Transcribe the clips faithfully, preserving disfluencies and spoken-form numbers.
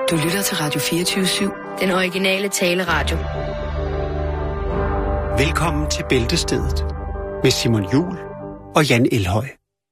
Du lytter til Radio fireogtyve syv, den originale taleradio. Velkommen til Bæltestedet med Simon Juhl og Jan Elhøj.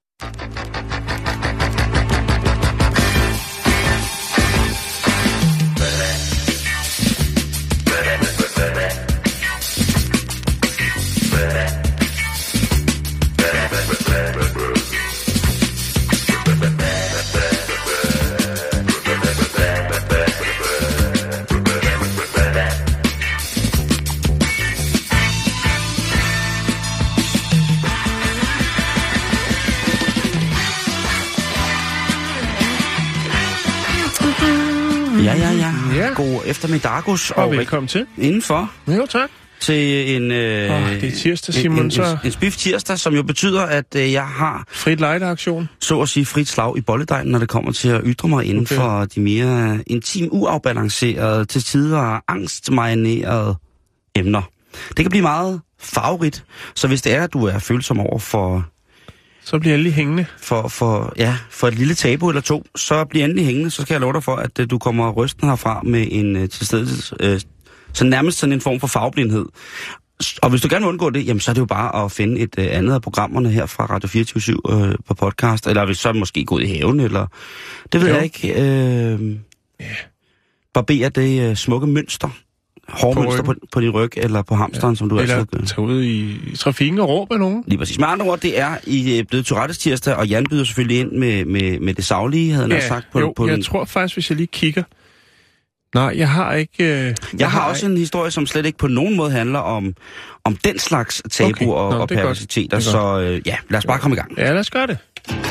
Ja, ja, ja. ja. God eftermiddagus. Og, og velkommen til. Indenfor. Jo, tak. Til en... Øh, oh, det er tirsdag, Simon, en, en, så... En, en spiff tirsdag, som jo betyder, at øh, jeg har... Frit lejdeaktion. Så at sige frit slag i bolledejen, når det kommer til at ytre mig inden okay. for de mere intim, uafbalancerede, til tider angstmarinerede emner. Det kan blive meget farverigt, så hvis det er, at du er følsom over for... Så bliver jeg endelig hængende. For, for, ja, for et lille tabu eller to, så bliver endelig hængende, så skal jeg love dig for, at uh, du kommer rysten herfra med en uh, tilstedelse, uh, så nærmest sådan en form for farveblindhed. Og hvis du gerne vil undgå det, jamen så er det jo bare at finde et uh, andet af programmerne her fra Radio fireogtyve syv uh, på podcast, eller hvis så måske gå ud i haven, eller det ved jo. jeg ikke. Uh, yeah. Barbere det uh, smukke mønster. Hårmønster på, på din ryg, eller på hamsteren, ja. som du eller altid... Eller tage ud i, i trafikken og råbe af nogen. Lige præcis. Med andre ord, det er i blevet Tourettes tirsdag, og Jan byder selvfølgelig ind med, med, med det saglige, havde han ja, sagt. På, jo, på jeg den... tror faktisk, hvis jeg lige kigger... Nej, jeg har ikke... Øh, jeg, jeg har, har også ikke... en historie, som slet ikke på nogen måde handler om, om den slags tabu okay. og, Nå, og perversiteter, så øh, ja, lad os bare komme i gang. Ja, lad os gøre det.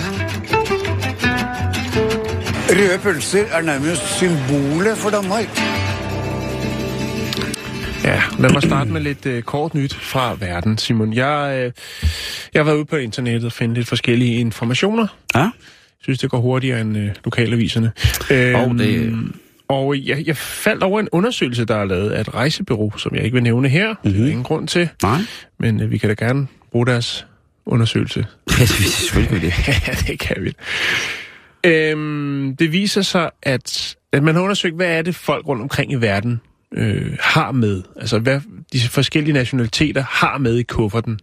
Røde pølser er nærmest symbolet for Danmark. Ja, lad mig starte med lidt øh, kort nyt fra verden, Simon. Jeg, øh, jeg har været ude på internettet og finde lidt forskellige informationer. Ja? Jeg synes, det går hurtigere end øh, lokalaviserne. Øh, og det... og jeg, jeg faldt over en undersøgelse, der er lavet af et rejsebureau, som jeg ikke vil nævne her. Mm-hmm. Det er der ingen grund til. Nej. Men øh, vi kan da gerne bruge deres undersøgelse. Ja, selvfølgelig det. Ja, det kan vi. Øhm, det viser sig, at, at man har undersøgt, hvad er det folk rundt omkring i verden Øh, har med. Altså, hvad de forskellige nationaliteter har med i kufferten.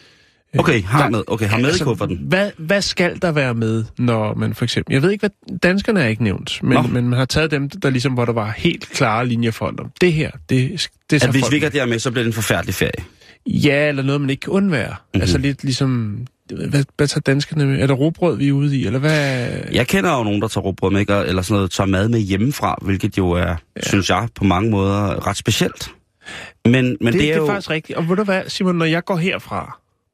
Okay, har der, med, okay, har med altså, i kufferten. Hvad, hvad skal der være med, når man for eksempel... Jeg ved ikke, hvad danskerne er ikke nævnt, men, men man har taget dem, der ligesom, hvor der var helt klare linjer for dem. Det her, det, det At hvis folk... vi ikke er der med, så bliver det en forfærdelig ferie. Ja, eller noget, man ikke kan undvære. Mm-hmm. Altså lidt ligesom... Hvad, hvad tager danskerne med? Er der rugbrød, vi er ude i, eller hvad? Jeg kender jo nogen, der tager rugbrød med, eller sådan noget, tager mad med hjemmefra, hvilket jo er, ja. synes jeg, på mange måder ret specielt. Men, men det, det, er, det er jo... faktisk rigtigt. Og ved du hvad, Simon, når jeg går herfra,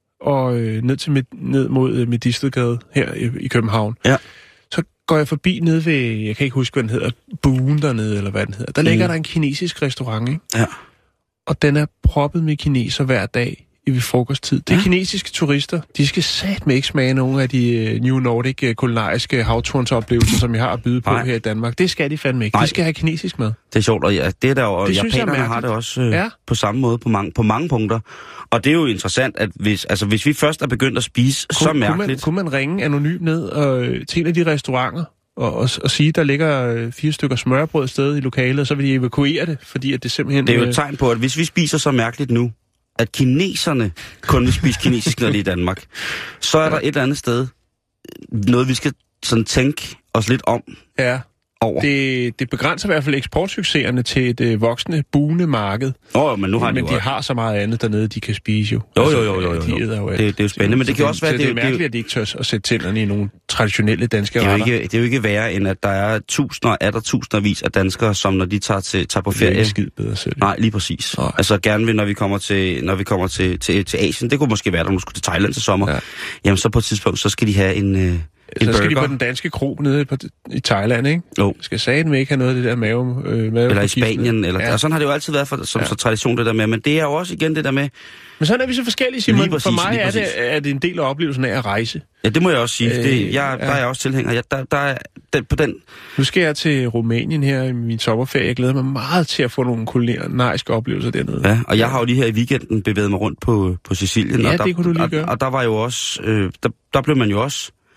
og øh, ned, til med, ned mod øh, Medistedgade her i, i København, ja. så går jeg forbi ned ved, jeg kan ikke huske, hvad den hedder, Buen dernede, eller hvad den hedder. Der mm. ligger der en kinesisk restaurant, ikke? Ja. Og den er proppet med kineser hver dag i frokosttid. Det er ja. kinesiske turister. De skal satme ikke smage nogle af de uh, New Nordic uh, kulinariske havturnsoplevelser, som jeg har at byde på Nej. her i Danmark. Det skal de fandme ikke. Nej. De skal have kinesisk mad. Det er sjovt, og ja, det er der jo, det japanerne har det også uh, ja. på samme måde på mange, på mange punkter. Og det er jo interessant, at hvis, altså, hvis vi først er begyndt at spise kunne, så mærkeligt... Kunne man, kunne man ringe anonymt ned og, til en af de restauranter, og, og, og sige, der ligger fire stykker smørbrød et sted i lokalet, og så vil de evakuere det, fordi at det simpelthen... Det er jo et tegn på, at hvis vi spiser så mærkeligt nu, at kineserne kun vil spise kinesisk, når de er i Danmark, så er der et eller andet sted noget, vi skal sådan tænke os lidt om. Ja. Over. Det, det begrænser i hvert fald eksportsucceserne til et øh, voksende, buende marked. Åh, oh, men nu har men de de jo har så meget andet dernede, de kan spise jo. Jo, altså, jo, jo, jo, jo. De æder jo det, det er jo spændende, men det kan det, også være... Det, det er mærkeligt, at de ikke tør at sætte tænderne i nogle traditionelle danske det er retter. Ikke, det er jo ikke værre, end at der er tusinder, er der tusindvis af danskere, som når de tager, til, tager på ferie... Det er ikke skid bedre selv. Nej, lige præcis. Nej. Altså gerne vil, når vi kommer til, når vi kommer til, til, til Asien, det kunne måske være, der nu skulle til Thailand til sommer. Ja. Jamen så på et tidspunkt, så skal de have en... Øh, så skal burger. De på den danske kro nede på, i Thailand, ikke? Jo. Skal satme ikke have noget af det der mave... Øh, mave eller i Spanien, eller... Ja. Og sådan har det jo altid været for, som ja. så tradition, det der med. Men det er jo også igen det der med... Men sådan er vi så forskellige, Simon. Præcis, for mig er det, er det en del af oplevelsen af at rejse. Ja, det må jeg også sige. Øh, det, jeg, ja. Der er jeg også tilhænger. Jeg, der, der er, den, på den... Nu skal jeg til Rumænien her i min sommerferie. Jeg glæder mig meget til at få nogle kulinariske oplevelser dernede. Ja, og jeg har jo lige her i weekenden bevæget mig rundt på, på Sicilien. Ja, og der, det kunne du lige og, gøre. Og der var jo også... Øh, der, der blev man jo også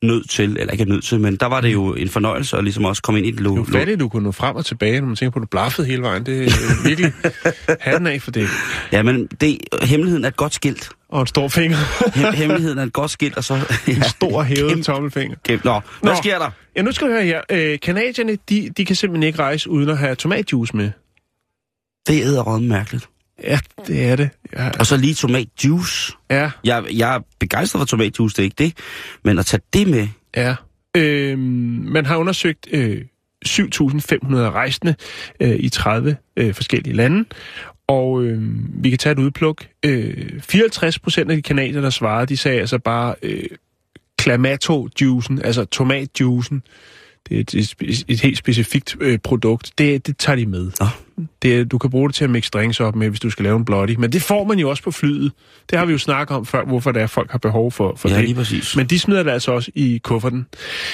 nødt til, eller ikke nødt til, men der var det jo en fornøjelse at ligesom også komme ind i det. Det er jo fattigt, du kunne nå frem og tilbage, når man tænker på, at du blaffede hele vejen. Det er virkelig hatten af for det. Ja, men det, hemmeligheden er et godt skilt. Og en stor finger. Hem, hemmeligheden er et godt skilt, og så... Ja, en stor hævet kæmpe, tommelfinger. Kæmpe. Nå, hvad Nå. sker der? Ja, nu skal vi høre her. Øh, Canadierne, de, de kan simpelthen ikke rejse uden at have tomatjuice med. Det er edderrødme mærkeligt. Ja, det er det. Ja. Og så lige tomatjuice. Ja. Jeg, jeg er begejstret for tomatjuice, det er ikke det. Men at tage det med... Ja. Øh, man har undersøgt øh, syv tusind fem hundrede rejsende øh, i tredive øh, forskellige lande. Og øh, vi kan tage et udpluk. Øh, fireoghalvtreds procent af de kanadier, der svarede, de sagde altså bare øh, clamato-juicen, altså tomatjuicen. Det er et, et, et helt specifikt øh, produkt. Det, det tager de med. Oh. Det, du kan bruge det til at mixe drinks op med, hvis du skal lave en bloody. Men det får man jo også på flyet. Det har vi jo snakket om før, hvorfor det er, folk har behov for, for ja, det. Lige præcis. Men de smider det altså også i kufferten.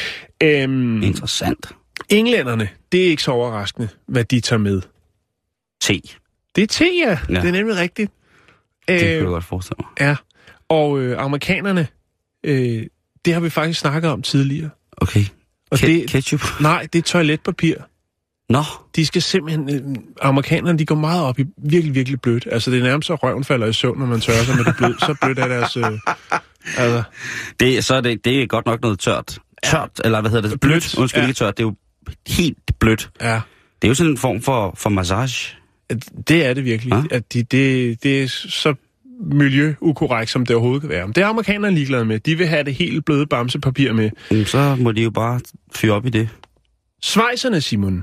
Øhm, Interessant. Englænderne, det er ikke så overraskende, hvad de tager med. Te. Det er te, ja. ja. Det er nemlig rigtigt. Det kan jeg godt forestille mig. Ja. Og øh, amerikanerne, øh, det har vi faktisk snakket om tidligere. Okay. Og Ke- det, ketchup? Nej, det er toiletpapir. Nå. De skal simpelthen... Øh, amerikanerne, de går meget op i virkelig, virkelig blødt. Altså, det er nærmest så røven falder i søvn, når man tørrer sig med det blødt. Så blødt er deres... Øh, altså. det, så er det, det er godt nok noget tørt. Tørt, ja. Eller hvad hedder det? Blødt. blødt. Undskyld, ja. Ikke tørt. Det er jo helt blødt. Ja. Det er jo sådan en form for, for massage. Det er det virkelig. Ja? At de, det, det er så miljøukorrekt, som det overhovedet kan være. Men det er amerikanerne ligeglade med. De vil have det helt bløde bamsepapir med. Så må de jo bare fyre op i det. Schweizerne, Simon.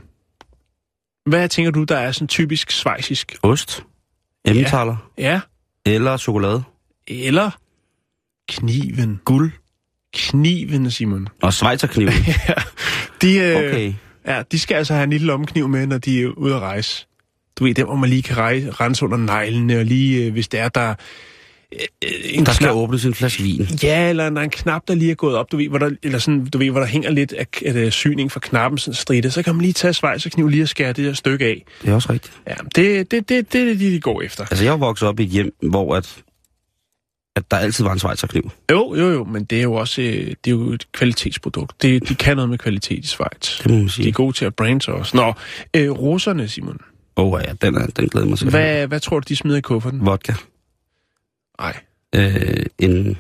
Hvad tænker du, der er sådan typisk schweizisk? Ost. Emmentaler. Ja. ja. Eller chokolade. Eller kniven. Guld. Kniven, Simon. Og schweizerkniven. ja. De, øh, okay. Ja, de skal altså have en lille lommekniv med, når de er ude at rejse. Du ved, der hvor man lige kan rejse, rense under neglene, og lige, øh, hvis det er, der... Øh, en der skal knap, åbnes en flaske vin. Ja, eller der er en knap, der lige er gået op, du ved, hvor der, eller sådan, du ved, hvor der hænger lidt af, af syning fra knappen, sådan stritte, så kan man lige tage svejserkniv lige og skære det der stykke af. Det er også rigtigt. Ja, det, det, det, det er det, de går efter. Altså, jeg er vokset op i et hjem, hvor at, at der altid var en svejserkniv. Jo, jo, jo, men det er jo også det er jo et kvalitetsprodukt. Det, de kan noget med kvalitet i Schweiz. Det må man sige. De er gode til at brande også. Nå, øh, russerne, Simon. Åh oh, ja, den, er, den glæder mig til. Hvad, hvad tror du, de smider i kufferten? Vodka. Nej. Øh, en...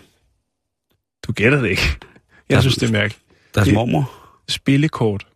Du gætter det ikke. Jeg der, synes, det er mærkeligt. Deres mormor? Spillekort.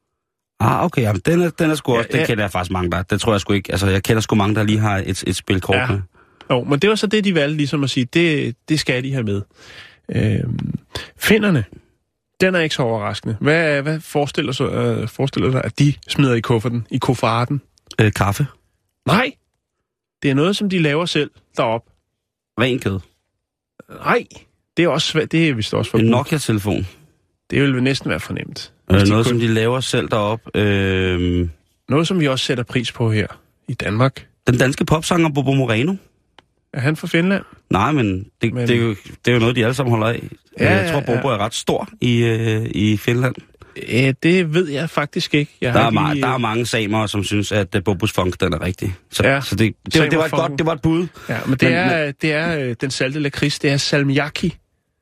Ah, okay. Jamen, den er, den er sgu også... Ja, ja. Den kender jeg faktisk mange, der... Det tror jeg sgu ikke... Altså, jeg kender sgu mange, der lige har et, et spilkort ja. med. Jo, men det var så det, de valgte ligesom at sige, det, det skal de have med. Øhm, finderne, den er ikke så overraskende. Hvad, hvad forestiller, så, øh, forestiller dig, at de smider i kufferten, i kufferten? Øh, kaffe. Nej, det er noget, som de laver selv derop. Ren kød. Nej, det er også svært. Det er vist også for en Nokia-telefon. Det vil næsten være fornemt. Øh, noget, kun... som de laver selv derop. Øh... Noget, som vi også sætter pris på her i Danmark. Den danske popsanger Bobo Moreno. Er han fra Finland? Nej, men det, men... det, er, jo, det er jo noget, de alle sammen holder af. Ja, jeg tror, Bobo ja. er ret stor i, øh, i Finland. Æ, det ved jeg faktisk ikke. Jeg der, har er lige... meget, der er mange samere, som synes, at uh, Bobos funk, den er rigtig. Så, ja, så det, det, det, det, var et godt, det var et bud. Ja, men det men, er, men... det er den salte lakrids, det er salmiakki.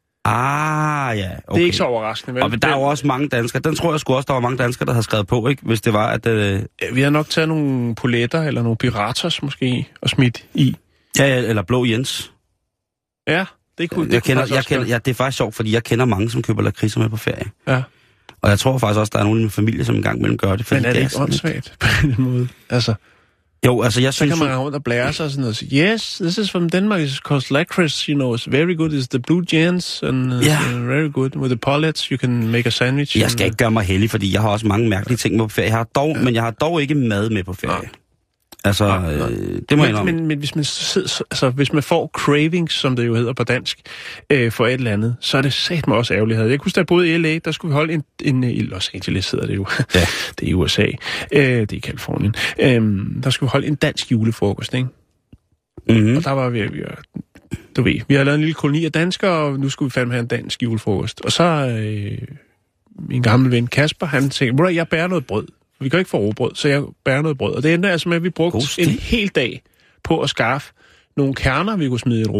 Ah, ja. Okay. Det er ikke så overraskende, vel? Og der er jo også mange danskere. Den tror jeg sgu også, der var mange danskere, der havde skrevet på, ikke? Hvis det var, at... Øh... Vi har nok taget nogle poletter, eller nogle piratas måske, og smidt i. Ja, ja, eller Blå Jens. Ja, det kunne, det jeg kunne kender, jeg kender, ja, det er faktisk sjovt, fordi jeg kender mange, som køber lakridser med på ferie. Ja. Og jeg tror faktisk også, der er nogen i min familie, som engang mellem gør det. Men er det ikke åndssvagt på en måde? Altså... Jo, altså jeg så synes... Så kan man rundt og blære sig og sådan noget og sige, yes, this is from Denmark, it's called licorice, you know, it's very good, it's the blue Jens, and uh, yeah. uh, very good, with the pollets, you can make a sandwich. Jeg skal and, ikke gøre mig heldig, fordi jeg har også mange mærkelige ting med på ferie. Jeg har dog, ja. Men jeg har dog ikke mad med på ferie. Ja. Altså, ja, ja. Øh, det må men, jeg men, men hvis man sidder, altså, hvis man får cravings, som det jo hedder på dansk, øh, for et eller andet, så er det satme også ærgerlighed. Jeg kunne huske, da jeg boede i L A, der skulle vi holde en, en i Los Angeles hedder det jo, ja. Det er i U S A, øh, det er i Kalifornien, øh, der skulle vi holde en dansk julefrokost, ikke? Mm-hmm. Og der var vi, vi du ved, vi har lavet en lille koloni af danskere, og nu skulle vi fandme have en dansk julefrokost. Og så øh, min gamle ven Kasper, han tænkte, jeg bærer noget brød. Vi kan ikke få råbrød, så jeg bærer noget brød. Og det endte altså med, at vi brugte en hel dag på at skaffe nogle kerner, vi kunne smide i et råbrød.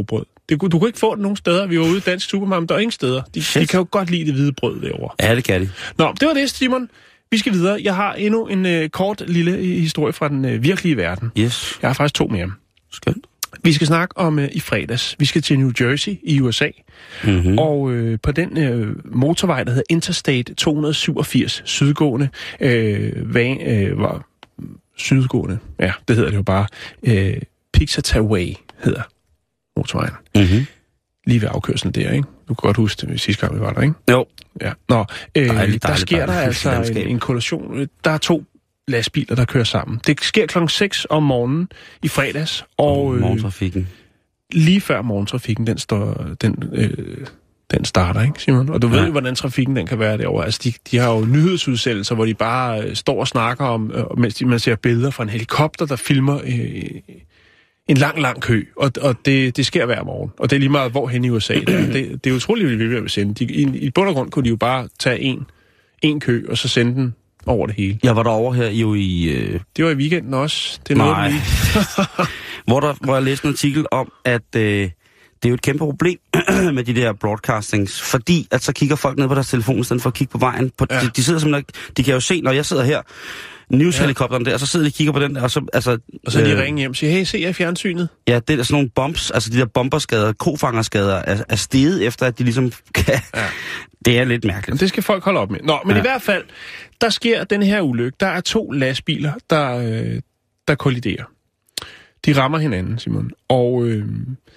Det, du kunne ikke få det nogen steder. Vi var ude i Dansk Supermarked, men der er ingen steder. De, de kan jo godt lide det hvide brød derovre. Ja, det kan de. Nå, det var det, Simon. Vi skal videre. Jeg har endnu en øh, kort lille historie fra den øh, virkelige verden. Yes. Jeg har faktisk to mere. Skønt. Vi skal snakke om øh, i fredags. Vi skal til New Jersey i U S A. Mm-hmm. Og øh, på den øh, motorvej, der hedder Interstate to hundrede syvogfirs, sydgående, øh, van, øh, var sydgående, ja, det hedder det jo bare, øh, Pixataway hedder motorvejen. Mm-hmm. Lige ved afkørslen der, ikke? Du kan godt huske det sidste gang, vi var der, ikke? Jo. Ja. Nå, øh, dejligt, der dejligt, sker dejligt, der altså en, en kollision. Der er to lastbiler, der kører sammen. Det sker klokken seks om morgenen i fredags. Og, øh, morgentrafikken. Lige før morgentrafikken, den, står, den, øh, den starter, ikke, Simon? Og du ja. ved jo, hvordan trafikken den kan være derovre. Altså, de, de har jo nyhedsudsendelser, hvor de bare øh, står og snakker om, øh, mens de, man ser billeder fra en helikopter, der filmer øh, en lang, lang kø. Og, og det, det sker hver morgen. Og det er lige meget, hvor hen i U S A det er. Det, det er utroligt, at vi vil sende. De, i, I bund og grund kunne de jo bare tage en, en kø, og så sende den over det hele. Jeg var derovre her jo i... Øh... Det var i weekenden også. Det er Nej. noget, hvor, der, hvor jeg læste en artikel om, at øh, det er jo et kæmpe problem med de der broadcastings, fordi at så kigger folk ned på deres telefon, i stedet for at kigge på vejen. På, ja. de, de sidder simpelthen... De kan jo se, når jeg sidder her, newshelikopteren der, så sidder de og kigger på den der, og så... Altså, og så de øh, ringer hjem og siger, hey, se jeg i fjernsynet. Ja, det er sådan nogle bumps, altså de der bomberskader, kofangerskader, er, er steget efter, at de ligesom kan... Ja. Det er lidt mærkeligt. Det skal folk holde op med. Nå, men ja. I hvert fald, der sker den her ulykke. Der er to lastbiler, der, øh, der kolliderer. De rammer hinanden, Simon. Og øh,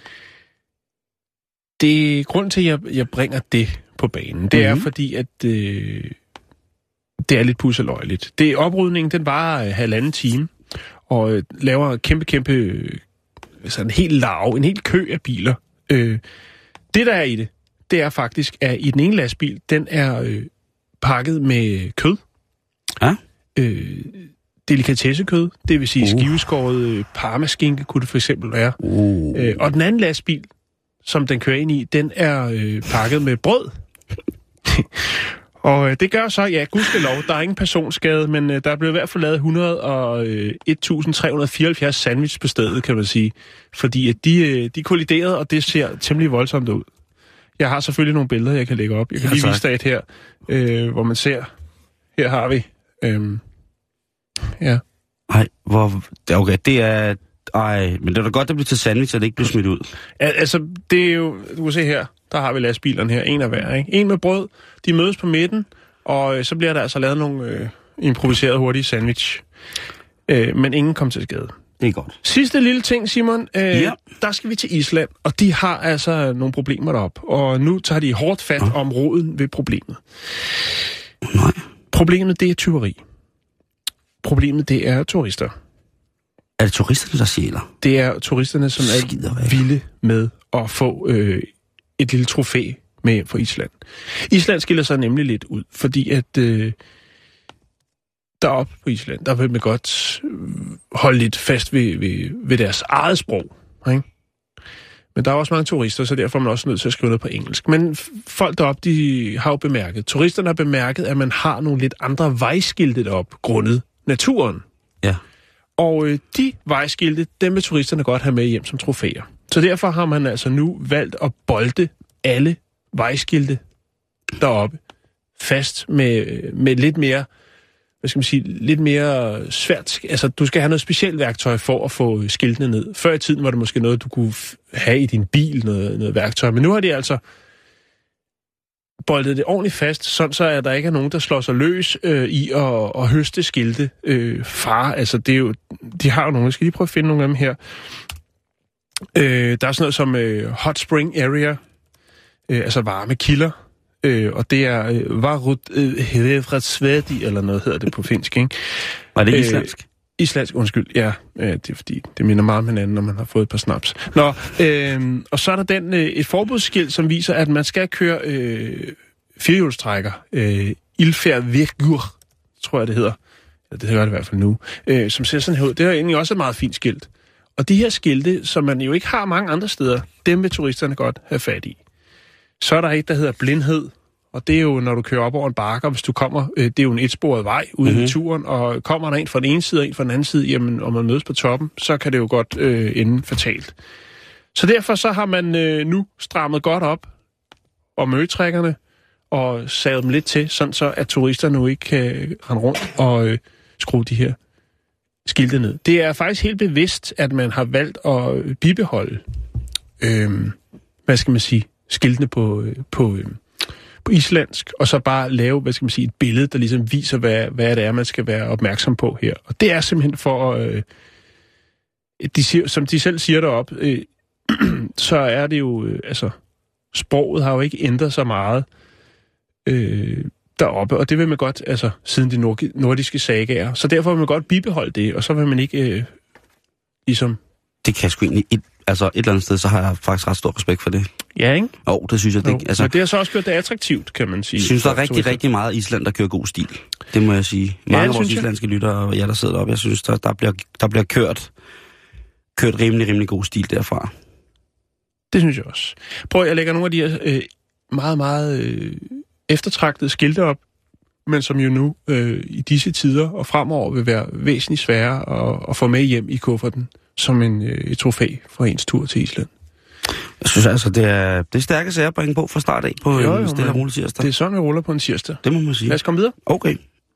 det grund til, at jeg, jeg bringer det på banen, det mm-hmm. er fordi, at øh, det er lidt pusseløjeligt. Det oprydningen, den varer øh, halvanden time, og øh, laver kæmpe, kæmpe, øh, altså en helt lav, en helt kø af biler. Øh, det, der er i det, det er faktisk, at i den ene lastbil, den er øh, pakket med kød. Ja. Øh, delikatessekød, det vil sige uh. skiveskåret øh, parmaskinke, kunne det for eksempel være. Uh. Øh, og den anden lastbil, som den kører ind i, den er øh, pakket med brød. Og øh, det gør så, ja, gudskelov, der er ingen personskade, men øh, der er blevet i hvert fald lavet et hundrede og et tusind tre hundrede fireoghalvfjerds sandwich på stedet, kan man sige. Fordi at de, øh, de kolliderede, og det ser temmelig voldsomt ud. Jeg har selvfølgelig nogle billeder, jeg kan lægge op. Jeg kan lige vise dig et her, øh, hvor man ser... Her har vi... Øh, ja. Ej, hvor... Okay, det er... Ej, men det er da godt, at det bliver til sandwich, så det ikke bliver smidt ud. Al- altså, det er jo... Du kan se her, der har vi lastbilerne her. En af hver, ikke? En med brød. De mødes på midten, og øh, så bliver der altså lavet nogle øh, improviserede hurtige sandwich. Øh, men ingen kom til skade. Det er godt. Sidste lille ting, Simon. Øh, ja. Der skal vi til Island, og de har altså nogle problemer deroppe. Og nu tager de hårdt fat ja. om roden ved problemet. Nej. Problemet, det er tyveri. Problemet, det er turister. Er det turisterne, der sjæler? Det er turisterne, som er vilde med at få øh, et lille trofæ med hjem fra Island. Island skiller sig nemlig lidt ud, fordi at øh, deroppe på Island, der vil man godt holde lidt fast ved, ved, ved deres eget sprog. Ikke? Men der er også mange turister, så derfor er man også nødt til at skrive noget på engelsk. Men folk deroppe, de har jo bemærket. Turisterne har bemærket, at man har nogle lidt andre vejskilte deroppe, grundet naturen. Ja. Og øh, de vejskilte, dem vil turisterne godt have med hjem som trofæer. Så derfor har man altså nu valgt at bolde alle vejskilte deroppe fast med, med lidt mere, hvad skal man sige, lidt mere svært. Altså, du skal have noget specielt værktøj for at få skiltene ned. Før i tiden var det måske noget, du kunne have i din bil, noget, noget værktøj. Men nu har de altså boldet det ordentligt fast, sådan så at der ikke er nogen, der slår sig løs øh, i at, at høste skilte øh, fra. Altså, det er jo, de har jo nogle. Jeg skal lige prøve at finde nogle af dem her. Øh, der er sådan noget som øh, Hot Spring Area, øh, altså varme kilder. Øh, og det er øh, Varut øh, Hevredsvedi, eller noget hedder det på finsk, ikke? Var det islandsk? Øh, islandsk, undskyld, ja. Øh, det er fordi, det minder meget om hinanden, når man har fået et par snaps. Nå, øh, og så er der den, øh, et forbudsskilt, som viser, at man skal køre øh, firehjulstrækker. Øh, Ilfærvirkur, tror jeg, det hedder. Eller det gør det i hvert fald nu. Øh, som ser sådan her ud. Det er egentlig også et meget fint skilt. Og de her skilte, som man jo ikke har mange andre steder, dem vil turisterne godt have fat i. Så er der et, der hedder blindhed, og det er jo, når du kører op over en bakke, og hvis du kommer, øh, det er jo en etsporet vej ude mm-hmm. i turen, og kommer der en fra den ene side og en fra den anden side, jamen, og man mødes på toppen, så kan det jo godt øh, ende fatalt. Så derfor så har man øh, nu strammet godt op om møgetrækkerne og savet dem lidt til, sådan så at turister nu ikke kan rende rundt og øh, skrue de her skilte ned. Det er faktisk helt bevidst, at man har valgt at bibeholde, øh, hvad skal man sige, skiltene på, på, øh, på islandsk, og så bare lave, hvad skal man sige, et billede, der ligesom viser, hvad, hvad det er, man skal være opmærksom på her. Og det er simpelthen for, øh, de siger, som de selv siger deroppe, øh, så er det jo, øh, altså, sproget har jo ikke ændret sig meget øh, deroppe, og det vil man godt, altså, siden de nordiske sagaer. Så derfor vil man godt bibeholde det, og så vil man ikke, øh, ligesom... Det kan jeg sgu egentlig... Et, altså, et eller andet sted, så har jeg faktisk ret stor respekt for det. Ja, ikke? Jo, oh, det synes jeg. Det, jo, altså, men det har så også gjort det attraktivt, kan man sige. Jeg synes, der er rigtig, rigtig meget Island, der kører god stil. Det må jeg sige. Mange ja, af vores islandske lyttere og jeg, der sidder deroppe, jeg synes, der, der, bliver, der bliver kørt, kørt rimelig, rimelig god stil derfra. Det synes jeg også. Prøv, jeg lægger nogle af de her øh, meget, meget øh, eftertragtede skilte op, men som jo nu øh, i disse tider og fremover vil være væsentligt sværere at, at få med hjem i kufferten som en, øh, et trofæ for ens tur til Island. Jeg synes altså, det er, det er stærke sager at bringe på fra start af på jo, jo, en stille og rolig tirsdag. Det er sådan, vi ruller på en tirsdag. Det må man sige. Lad os komme videre. Okay.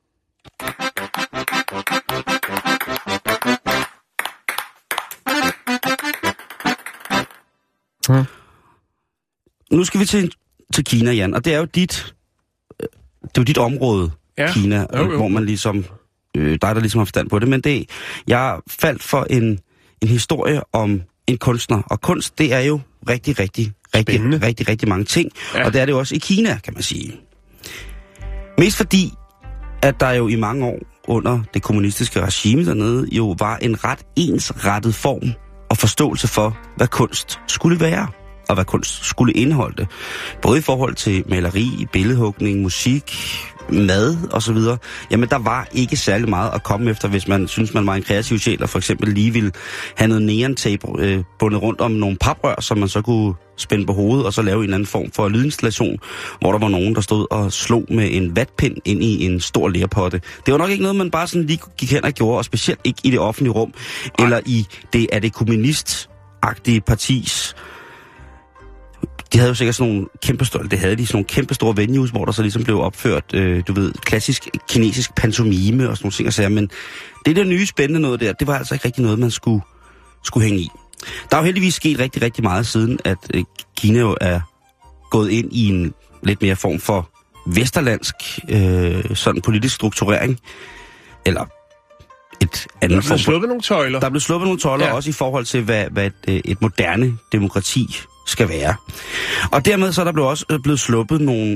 Hmm. Nu skal vi til, til Kina, Jan, og det er jo dit, det er jo dit område, ja. Kina, jo, jo. Hvor man ligesom, øh, dig der ligesom har forstand på det, men det, jeg faldt for en, en historie om en kunstner, og kunst, det er jo rigtig, rigtig, rigtig, rigtig, rigtig, rigtig mange ting, ja. Og det er det jo også i Kina, kan man sige. Mest fordi, at der jo i mange år under det kommunistiske regime dernede, jo var en ret ensrettet form og forståelse for, hvad kunst skulle være, og hvad kunst skulle indeholde. Både i forhold til maleri, billedhugning, musik, mad osv. Jamen, der var ikke særlig meget at komme efter, hvis man synes, man var en kreativ sjæl, og for eksempel lige ville have noget neontape øh, bundet rundt om nogle paprør, som man så kunne spænde på hovedet, og så lave en eller anden form for lydinstallation, hvor der var nogen, der stod og slog med en vatpind ind i en stor lerpotte. Det var nok ikke noget, man bare sådan lige gik hen og gjorde, og specielt ikke i det offentlige rum, Ej. eller i det af det kommunistagtige partis. De havde jo sikkert sådan nogle kæmpestore, det havde de sådan nogle kæmpestore venues, hvor der så ligesom blev opført, øh, du ved, klassisk kinesisk pantomime og sådan nogle ting og sager, men det der nye spændende noget der, det var altså ikke rigtig noget, man skulle, skulle hænge i. Der er jo heldigvis sket rigtig, rigtig meget siden, at øh, Kina jo er gået ind i en lidt mere form for vesterlandsk øh, sådan politisk strukturering, eller et andet form. Der blev sluppet nogle tøjler. Der blev sluppet nogle tøjler, ja. Også i forhold til, hvad, hvad et, et moderne demokrati skal være. Og dermed så er der blevet også blevet sluppet nogle,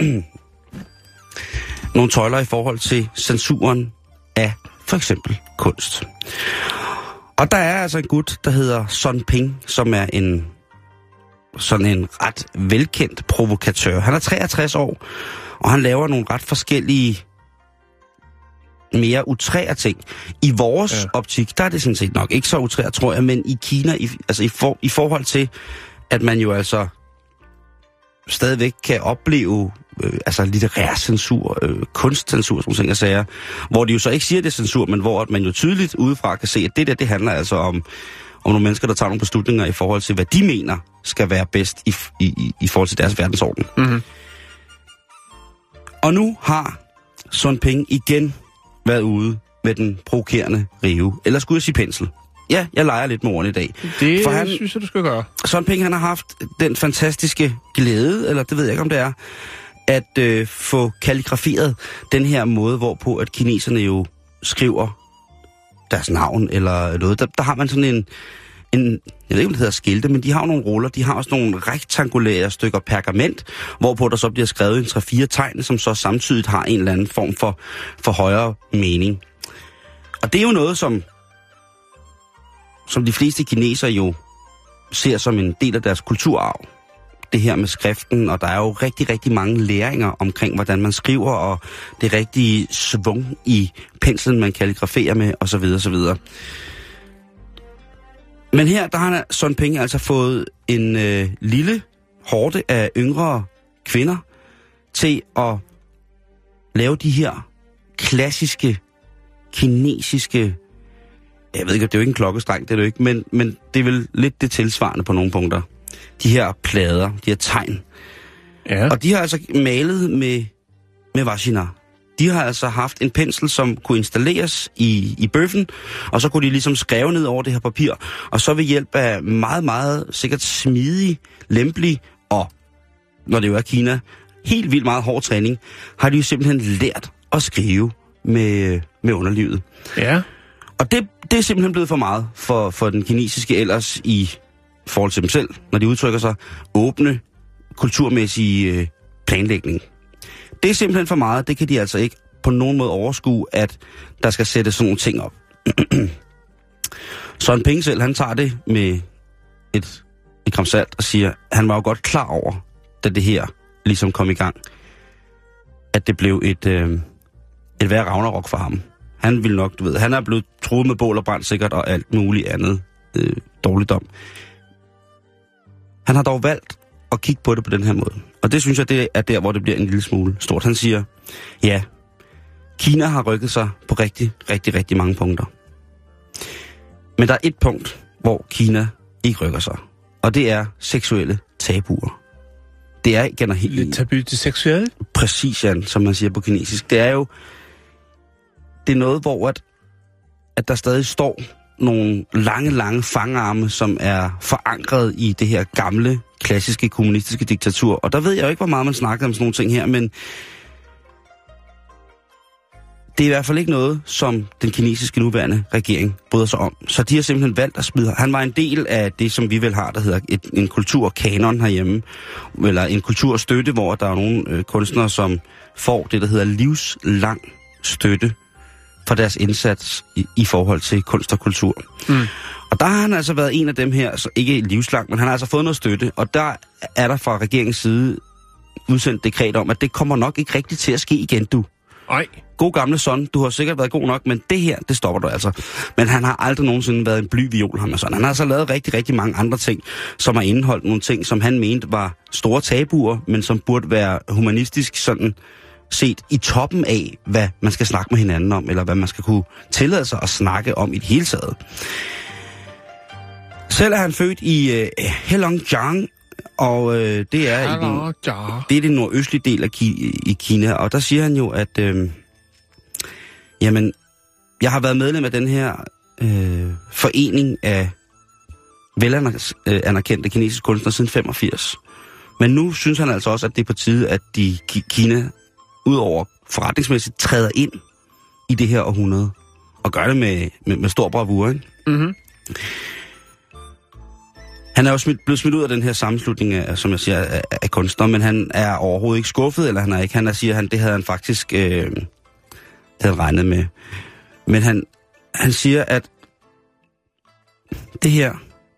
nogle tøjler i forhold til censuren af for eksempel kunst. Og der er altså en gut, der hedder Sun Ping, som er en sådan en ret velkendt provokatør. Han er treogtres år, og han laver nogle ret forskellige mere utrære ting. I vores ja. optik, der er det sådan set nok ikke så utrære, tror jeg, men i Kina, i, altså i, for, i forhold til at man jo altså stadigvæk kan opleve øh, altså litterær censur, øh, kunstcensur, som ting og sager, hvor de jo så ikke siger, det er censur, men hvor man jo tydeligt udefra kan se, at det der, det handler altså om, om nogle mennesker, der tager nogle beslutninger i forhold til, hvad de mener skal være bedst i, i, i forhold til deres verdensorden. Mm-hmm. Og nu har Sun Ping igen været ude med den provokerende rive, eller skulle jeg sige pensel. Ja, jeg leger lidt med ordene i dag. Det For han, synes jeg, du skal gøre. Sun Ping, han har haft den fantastiske glæde, eller det ved jeg ikke, om det er, at øh, få kalligraferet den her måde, hvorpå at kineserne jo skriver deres navn, eller noget. Der, der har man sådan en, en, jeg ved ikke, om det hedder skilte, men de har nogle ruller, de har også nogle rektangulære stykker pergament, hvorpå der så bliver skrevet en tre fire tegn, som så samtidig har en eller anden form for, for højere mening. Og det er jo noget, som som de fleste kinesere jo ser som en del af deres kulturarv. Det her med skriften, og der er jo rigtig, rigtig mange læringer omkring, hvordan man skriver, og det rigtige svung i penslen, man kalligraferer med, osv. osv. Men her, der har Sun Ping altså fået en øh, lille horde af yngre kvinder til at lave de her klassiske kinesiske jeg ved ikke, det er jo ikke en klokkestreng, det er det jo ikke, men, men det er vel lidt det tilsvarende på nogle punkter. De her plader, de her tegn. Ja. Og de har altså malet med, med vagina. De har altså haft en pensel, som kunne installeres i, i bøffen, og så kunne de ligesom skrive ned over det her papir, og så ved hjælp af meget, meget sikkert smidig, lempelig og, når det jo er Kina, helt vildt meget hård træning, har de jo simpelthen lært at skrive med, med underlivet. Ja. Og det, det er simpelthen blevet for meget for, for den kinesiske ellers i forhold til dem selv, når de udtrykker sig, åbne, kulturmæssige øh, planlægning. Det er simpelthen for meget, det kan de altså ikke på nogen måde overskue, at der skal sættes sådan nogle ting op. Søren Ping selv, han tager det med et, et gram salt og siger, han var jo godt klar over, da det her ligesom kom i gang, at det blev et, øh, et værre ragnarok for ham. Han ville nok, du ved, han er blevet truet med bål og brand sikkert og alt muligt andet øh, dårligdom. Han har dog valgt at kigge på det på den her måde. Og det synes jeg, det er der, hvor det bliver en lille smule stort. Han siger, ja, Kina har rykket sig på rigtig, rigtig, rigtig mange punkter. Men der er et punkt, hvor Kina ikke rykker sig. Og det er seksuelle tabuer. Det er igen helt... Lidt tabu til seksuelle? Præcis, Jan, som man siger på kinesisk. Det er jo... Det er noget, hvor at, at der stadig står nogle lange, lange fangarme, som er forankret i det her gamle, klassiske kommunistiske diktatur. Og der ved jeg jo ikke, hvor meget man snakker om sådan nogle ting her, men det er i hvert fald ikke noget, som den kinesiske nuværende regering bryder sig om. Så de har simpelthen valgt at smide. Han var en del af det, som vi vel har, der hedder et, en kulturkanon herhjemme, eller en kulturstøtte, hvor der er nogle øh, kunstnere, som får det, der hedder livslang støtte for deres indsats i, i forhold til kunst og kultur. Mm. Og der har han altså været en af dem her, så ikke livslang, men han har altså fået noget støtte, og der er der fra regeringens side udsendt dekret om, at det kommer nok ikke rigtigt til at ske igen, du. Ej. God gamle son, du har sikkert været god nok, men det her, det stopper du altså. Men han har aldrig nogensinde været en bly viol, ham og sådan. Han har altså lavet rigtig, rigtig mange andre ting, som har indeholdt nogle ting, som han mente var store tabuer, men som burde være humanistisk sådan set i toppen af, hvad man skal snakke med hinanden om, eller hvad man skal kunne tillade sig at snakke om i det hele taget. Selv er han født i øh, Heilongjiang, og øh, det er i den, det er den nordøstlige del af Ki- i Kina, og der siger han jo, at øh, jamen, jeg har været medlem af den her øh, forening af velanerkendte kinesiske kunstnere siden femogfirs. Men nu synes han altså også, at det er på tide, at de Ki- Kina udover forretningsmæssigt træder ind i det her århundrede, og gør det med, med, med stor bravur, ikke? Mm-hmm. Han er jo smidt, blevet smidt ud af den her sammenslutning af, som jeg siger, af, af kunstnere, men han er overhovedet ikke skuffet, eller han er ikke. Han er, siger, han, det havde han faktisk øh, det havde han regnet med. Men han, han siger, at det her,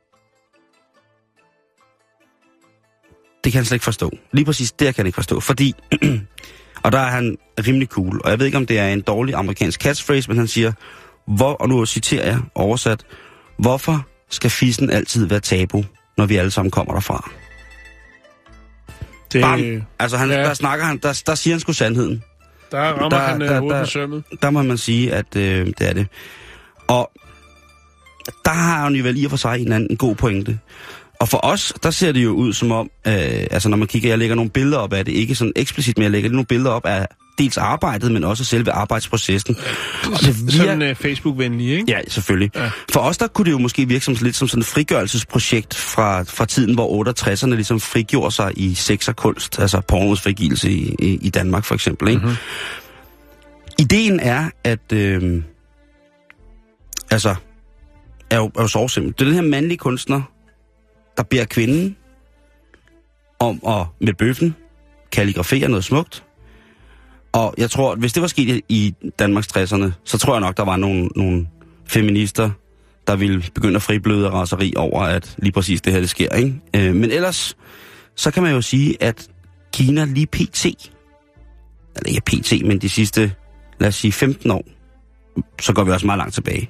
det kan han slet ikke forstå. Lige præcis det kan han ikke forstå, fordi, og der er han rimelig cool, og jeg ved ikke, om det er en dårlig amerikansk catchphrase, men han siger, hvor, og nu citerer jeg oversat, hvorfor skal fissen altid være tabu, når vi alle sammen kommer derfra? Det... Bam! Altså, han, ja. der snakker han, der, der siger han sgu sandheden. Der rammer der, han der, der, sømmet. Der må man sige, at øh, det er det. Og der har han jo vel i og for sig en anden en god pointe. Og for os, der ser det jo ud som om, øh, altså når man kigger, jeg lægger nogle billeder op af det, ikke sådan eksplicit, men jeg lægger nogle billeder op af dels arbejdet, men også selve arbejdsprocessen. Og det virker... Sådan uh, Facebook-venlig, ikke? Ja, selvfølgelig. Ja. For os, der kunne det jo måske virke som lidt som sådan et frigørelsesprojekt fra, fra tiden, hvor otteogtresserne ligesom frigjorde sig i sex og kunst, altså pornos frigivelse i, i, i Danmark for eksempel, ikke? Mm-hmm. Ideen er, at øh, altså, er jo, er jo så simpelt. Det er den her mandlige kunstner, der beder kvinden om at med bøffen kalligrafere noget smukt. Og jeg tror, at hvis det var sket i Danmarks tresserne, så tror jeg nok, der var nogle, nogle feminister, der ville begynde at fribløde raseri over, at lige præcis det her, det sker, ikke? Øh, men ellers, så kan man jo sige, at Kina lige pt, eller ikke pt, men de sidste, lad os sige femten år, så går vi også meget langt tilbage,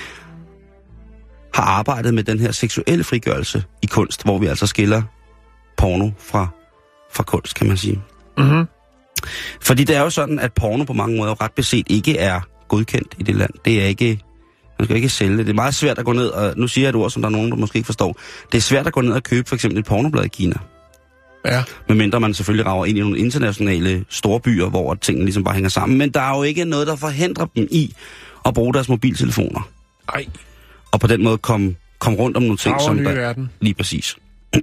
har arbejdet med den her seksuelle frigørelse i kunst, hvor vi altså skiller porno fra, fra kunst, kan man sige. Mhm. Fordi det er jo sådan, at porno på mange måder ret beset ikke er godkendt i det land. Det er ikke, Man skal ikke sælge det. Det er meget svært at gå ned, og nu siger jeg et ord, som der er nogen, der måske ikke forstår. Det er svært at gå ned og købe for eksempel et pornoblad i Kina. Ja. Medmindre man selvfølgelig rager ind i nogle internationale store byer, hvor tingene ligesom bare hænger sammen. Men der er jo ikke noget, der forhindrer dem i at bruge deres mobiltelefoner. Ej. Og på den måde komme kom rundt om nogle ting, Brager som nye der... verden. Lige præcis.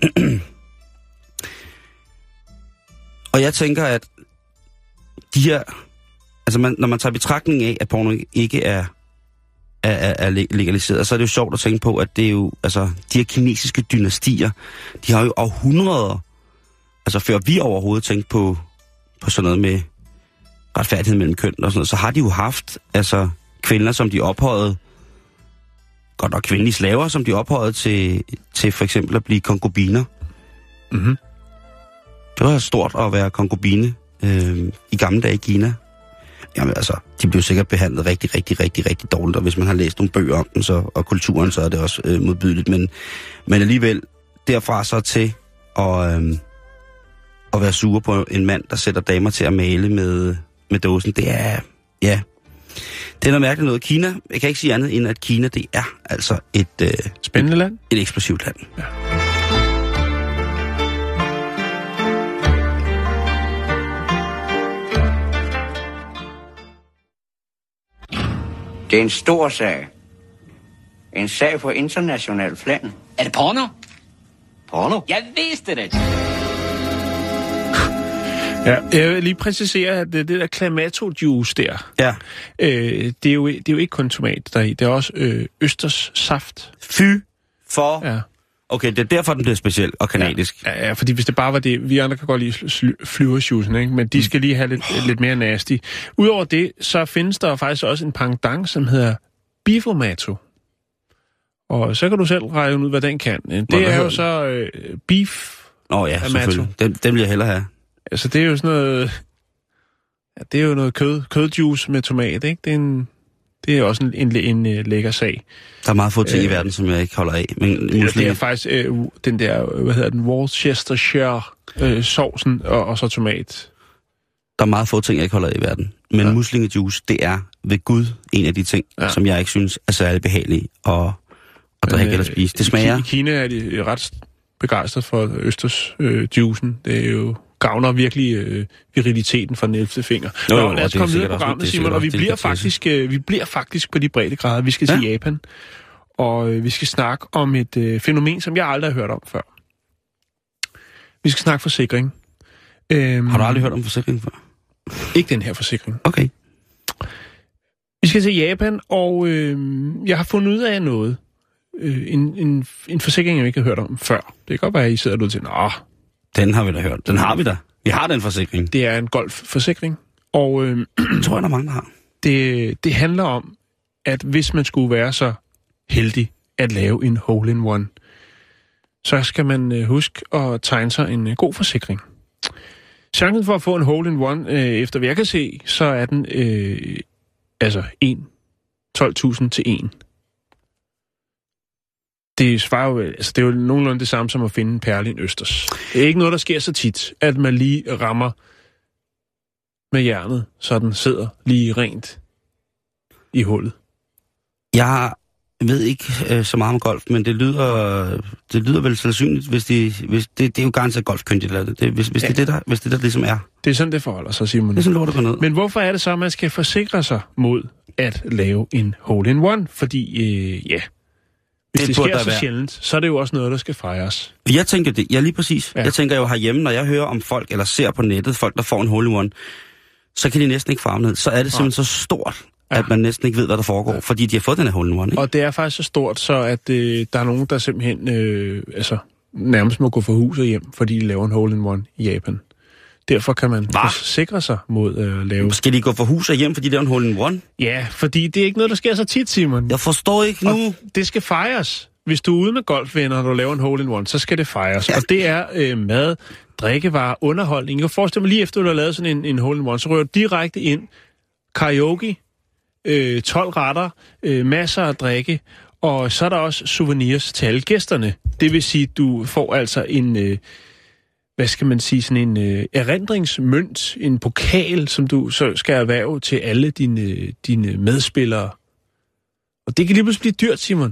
Og jeg tænker, at de her... Altså, man, når man tager betragtning af, at porno ikke er, er, er, er legaliseret, så er det jo sjovt at tænke på, at det er jo... Altså, de her kinesiske dynastier, de har jo århundreder... Altså, før vi overhovedet tænkte på, på sådan noget med retfærdighed mellem køn og sådan noget, så har de jo haft, altså, kvinder, som de ophøjede... Godt nok kvindelige slaver, som de ophøjede til, til for eksempel at blive konkubiner. Mhm. Det var stort at være konkubine øh, i gamle dage i Kina. Jamen altså, de blev sikkert behandlet rigtig, rigtig, rigtig, rigtig dårligt, og hvis man har læst nogle bøger om den så, og kulturen, så er det også øh, modbydeligt. Men, men alligevel, derfra så til at, øh, at være sur på en mand, der sætter damer til at male med, med dåsen, det er, ja, det er noget mærkeligt noget. Kina, jeg kan ikke sige andet end, at Kina, det er altså et... Øh, Spændende land. Et eksplosivt land. Ja. Det er en stor sag. En sag på international plan. Er det porno? Porno? Jeg vidste det. Ja, jeg vil lige præcisere, at det, det der Clamato-juice der, Ja. øh, det, er jo, det er jo ikke kun tomat deri, det er også øh, østers saft. Fy for... Ja. Okay, det er derfor, den bliver speciel og kanadisk. Ja, ja, fordi hvis det bare var det, vi andre kan godt lide sl- flyversjuicen, ikke? Men de skal lige have lidt, oh. lidt mere nasty. Udover det, så findes der faktisk også en pendant, som hedder Beefomato. Og så kan du selv regne ud, hvad den kan. Det er jo så øh, beef. Nå ja, Amato. selvfølgelig. Den, den vil jeg hellere have. Altså, det er jo sådan noget... Ja, det er jo noget kød, kødjuice med tomat, ikke? Det er, en, det er også en, en, en, en lækker sag. Der er meget få ting øh, i øh, verden, som jeg ikke holder af. Men det, det er faktisk øh, den der, hvad hedder den, Worcestershire øh, sovsen og, og så tomat. Der er meget få ting, jeg ikke holder af i verden. Men ja. Muslingejuice, det er ved Gud en af de ting, ja. som jeg ikke synes er særlig behagelige at, at drikke øh, eller spise. Det smager... I Kina er de ret begejstret for østers øh, juicen. Det er jo... gavner virkelig øh, viriliteten fra den ellevte finger. Nå, Nå, lad os komme videre på også, programmet, Simon, og vi bliver, faktisk, øh, vi bliver faktisk på de brede grader. Vi skal ja. til Japan, og øh, vi skal snakke om et øh, fænomen, som jeg aldrig har hørt om før. Vi skal snakke forsikring. Øhm, har du aldrig hørt om forsikring før? Ikke den her forsikring. Okay. Vi skal til Japan, og øh, jeg har fundet ud af noget. Øh, en, en, en forsikring, jeg ikke har hørt om før. Det kan godt være, at I sidder derude til, nå, den har vi da hørt. Den har vi da. Vi har den forsikring. Det er en golfforsikring, og øh, jeg tror jeg, der er mange, der har. Det, det handler om, at hvis man skulle være så heldig at lave en hole-in-one, så skal man øh, huske at tegne sig en øh, god forsikring. Chancen for at få en hole-in-one, øh, efter hvad jeg kan se, så er den øh, altså en tolv tusind til en. Det svarer jo, altså det er jo nogenlunde det samme som at finde en perle i en østers. Det er ikke noget, der sker så tit, at man lige rammer med hjernet, så den sidder lige rent i hullet. Jeg ved ikke øh, så meget om golf, men det lyder, det lyder vel sandsynligt, hvis de, hvis det, det er jo garanteret golfkyndigt, eller det, hvis, hvis, ja. det, det der, hvis det der ligesom er. Det er sådan, det forholder sig, Simon. Det er sådan, lort, der går ned. Men hvorfor er det så, at man skal forsikre sig mod at lave en hole-in-one? Fordi, øh, ja... Hvis det, det sker så være. sjældent, så er det jo også noget, der skal fejres. Jeg tænker det. Ja, lige præcis. Ja. Jeg tænker jo herhjemme, når jeg hører om folk, eller ser på nettet, folk, der får en hole-in-one, så kan de næsten ikke farve ned. Så er det simpelthen så stort, ja. at man næsten ikke ved, hvad der foregår, ja. fordi de har fået den her hole-in-one. Ikke? Og det er faktisk så stort, så at øh, der er nogen, der simpelthen øh, altså, nærmest må gå fra huset hjem, fordi de laver en hole-in-one i Japan. Derfor kan man sikre sig mod at øh, lave... Skal de gå fra hus og hjem, fordi det er en hole-in-one? Ja, fordi det er ikke noget, der sker så tit, Simon. Jeg forstår ikke nu. Og det skal fejres. Hvis du er ude med golfvenner, og du laver en hole-in-one, så skal det fejres. Ja. Og det er øh, mad, drikkevarer, underholdning. Jeg kan forestille mig lige efter, du har lavet sådan en, en hole-in-one, så rører du direkte ind. Karaoke, øh, tolv retter, øh, masser af drikke, og så er der også souvenirs til alle gæsterne. Det vil sige, du får altså en... Øh, hvad skal man sige, sådan en øh, erindringsmønt, en pokal, som du så skal erhverve til alle dine, dine medspillere. Og det kan lige pludselig blive dyrt, Simon.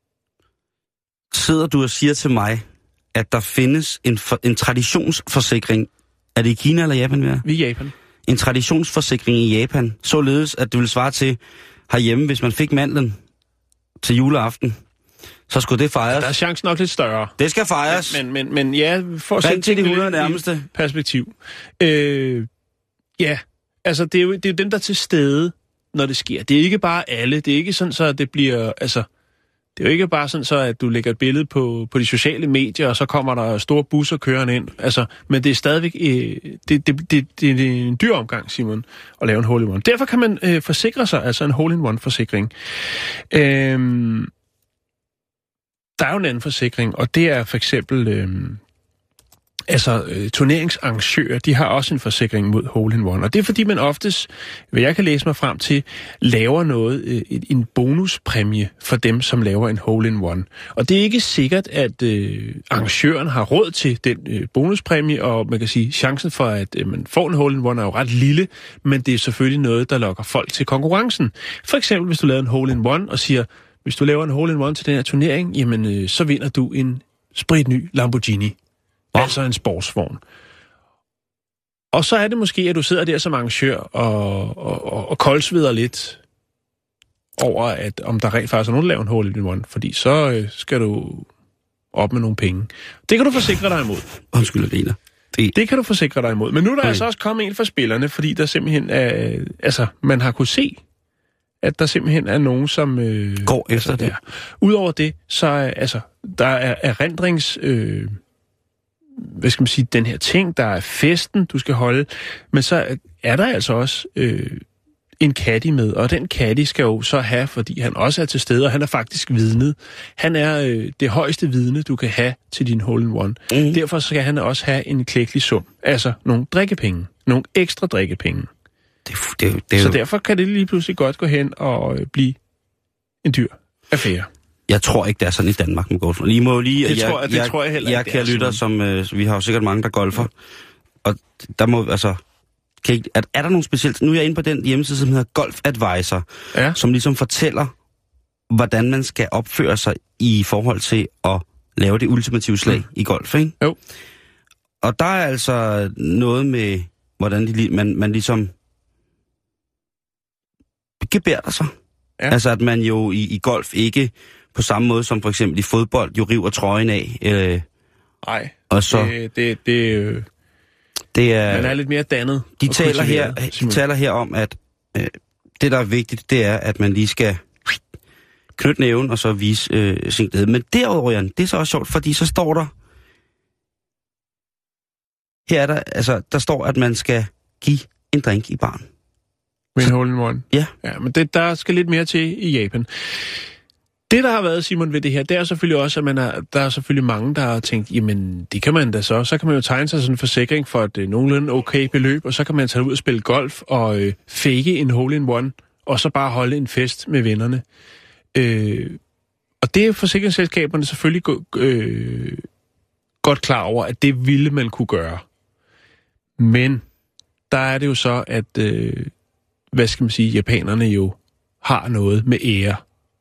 Sidder du og siger til mig, at der findes en, for, en traditionsforsikring, er det i Kina eller Japan? Hvad? Vi er i Japan. En traditionsforsikring i Japan, således at det ville svare til herhjemme, hvis man fik mandlen til juleaften, så skulle det fejres. Der er chancen nok lidt større. Det skal fejres. Men, men, men ja, for at sætte til de hundrede nærmeste perspektiv. Øh, ja, altså det er, jo, det er jo dem, der er til stede, når det sker. Det er ikke bare alle. Det er ikke sådan, så at det bliver... Altså, det er jo ikke bare sådan, så at du lægger et billede på, på de sociale medier, og så kommer der store busser kørende ind. Altså, men det er stadigvæk... Øh, det, det, det, det er en dyr omgang, Simon, at lave en hole-in-one. Derfor kan man øh, forsikre sig, altså en hole-in-one-forsikring. Øh, Der er jo en anden forsikring, og det er for eksempel, øh, altså øh, turneringsarrangører, de har også en forsikring mod hole-in-one. Og det er fordi, man oftest, hvad jeg kan læse mig frem til, laver noget, øh, en bonuspræmie for dem, som laver en hole-in-one. Og det er ikke sikkert, at øh, arrangøren har råd til den øh, bonuspræmie, og man kan sige, chancen for, at øh, man får en hole-in-one er jo ret lille, men det er selvfølgelig noget, der lokker folk til konkurrencen. For eksempel, hvis du laver en hole-in-one og siger, hvis du laver en hole-in-one til den her turnering, jamen, øh, så vinder du en spritny Lamborghini. Oh. Altså en sportsvogn. Og så er det måske, at du sidder der som arrangør og, og, og, og koldsveder lidt over, at om der rent faktisk er nogen, der laver en hole-in-one, fordi så øh, skal du op med nogle penge. Det kan du forsikre dig imod. Undskyld, Alena. Det... det kan du forsikre dig imod. Men nu er der okay. altså også kommet en fra spillerne, fordi der simpelthen er... Altså, man har kunne se, at der simpelthen er nogen, som... Øh, går efter det. Udover det, så er altså, der er erindrings... Øh, hvad skal man sige, den her ting, der er festen, du skal holde, men så er der altså også øh, en caddy med, og den caddy skal jo så have, fordi han også er til stede, og han er faktisk vidnet. Han er øh, det højeste vidne, du kan have til din hole-in-one. Mm. Derfor skal han også have en klækkelig sum, altså nogle drikkepenge, nogle ekstra drikkepenge. Det, det, det, så derfor kan det lige pludselig godt gå hen og øh, blive en dyr affære. Jeg tror ikke, det er sådan i Danmark med golf. I må lige, det, jeg, tror, jeg, det jeg, tror jeg heller jeg, ikke. Jeg kan lytte, som øh, vi har jo sikkert mange, der golfer. Og der må, altså... Kan I, er, er der nogle specielt... Nu er jeg inde på den hjemmeside, som hedder Golf Advisor, ja. Som ligesom fortæller, hvordan man skal opføre sig i forhold til at lave det ultimative slag mm. i golf, ikke? Jo. Og der er altså noget med, hvordan de, man, man ligesom gebærder sig. Ja. Altså, at man jo i, i golf ikke på samme måde som for eksempel i fodbold jo river trøjen af. Øh, Nej, og så, det, det, det, øh, det er... man er lidt mere dannet. De taler her, de taler her om, at øh, det, der er vigtigt, det er, at man lige skal knytte næven og så vise øh, sin glæde. Men derudover, Jan, det er så også sjovt, fordi så står der... Her er der, altså, der står, at man skal give en drink i baren. Med en hole-in-one? Ja. Ja, men det, der skal lidt mere til i Japan. Det, der har været, Simon, ved det her, det er selvfølgelig også, at man er, der er selvfølgelig mange, der har tænkt, jamen, det kan man da så. Så kan man jo tegne sig sådan en forsikring for et øh, nogenlunde okay beløb, og så kan man tage ud og spille golf og øh, fake en hole-in-one, og så bare holde en fest med vennerne. Øh, og det er forsikringsselskaberne selvfølgelig go- øh, godt klar over, at det ville man kunne gøre. Men der er det jo så, at, øh, hvad skal man sige, japanerne jo har noget med ære.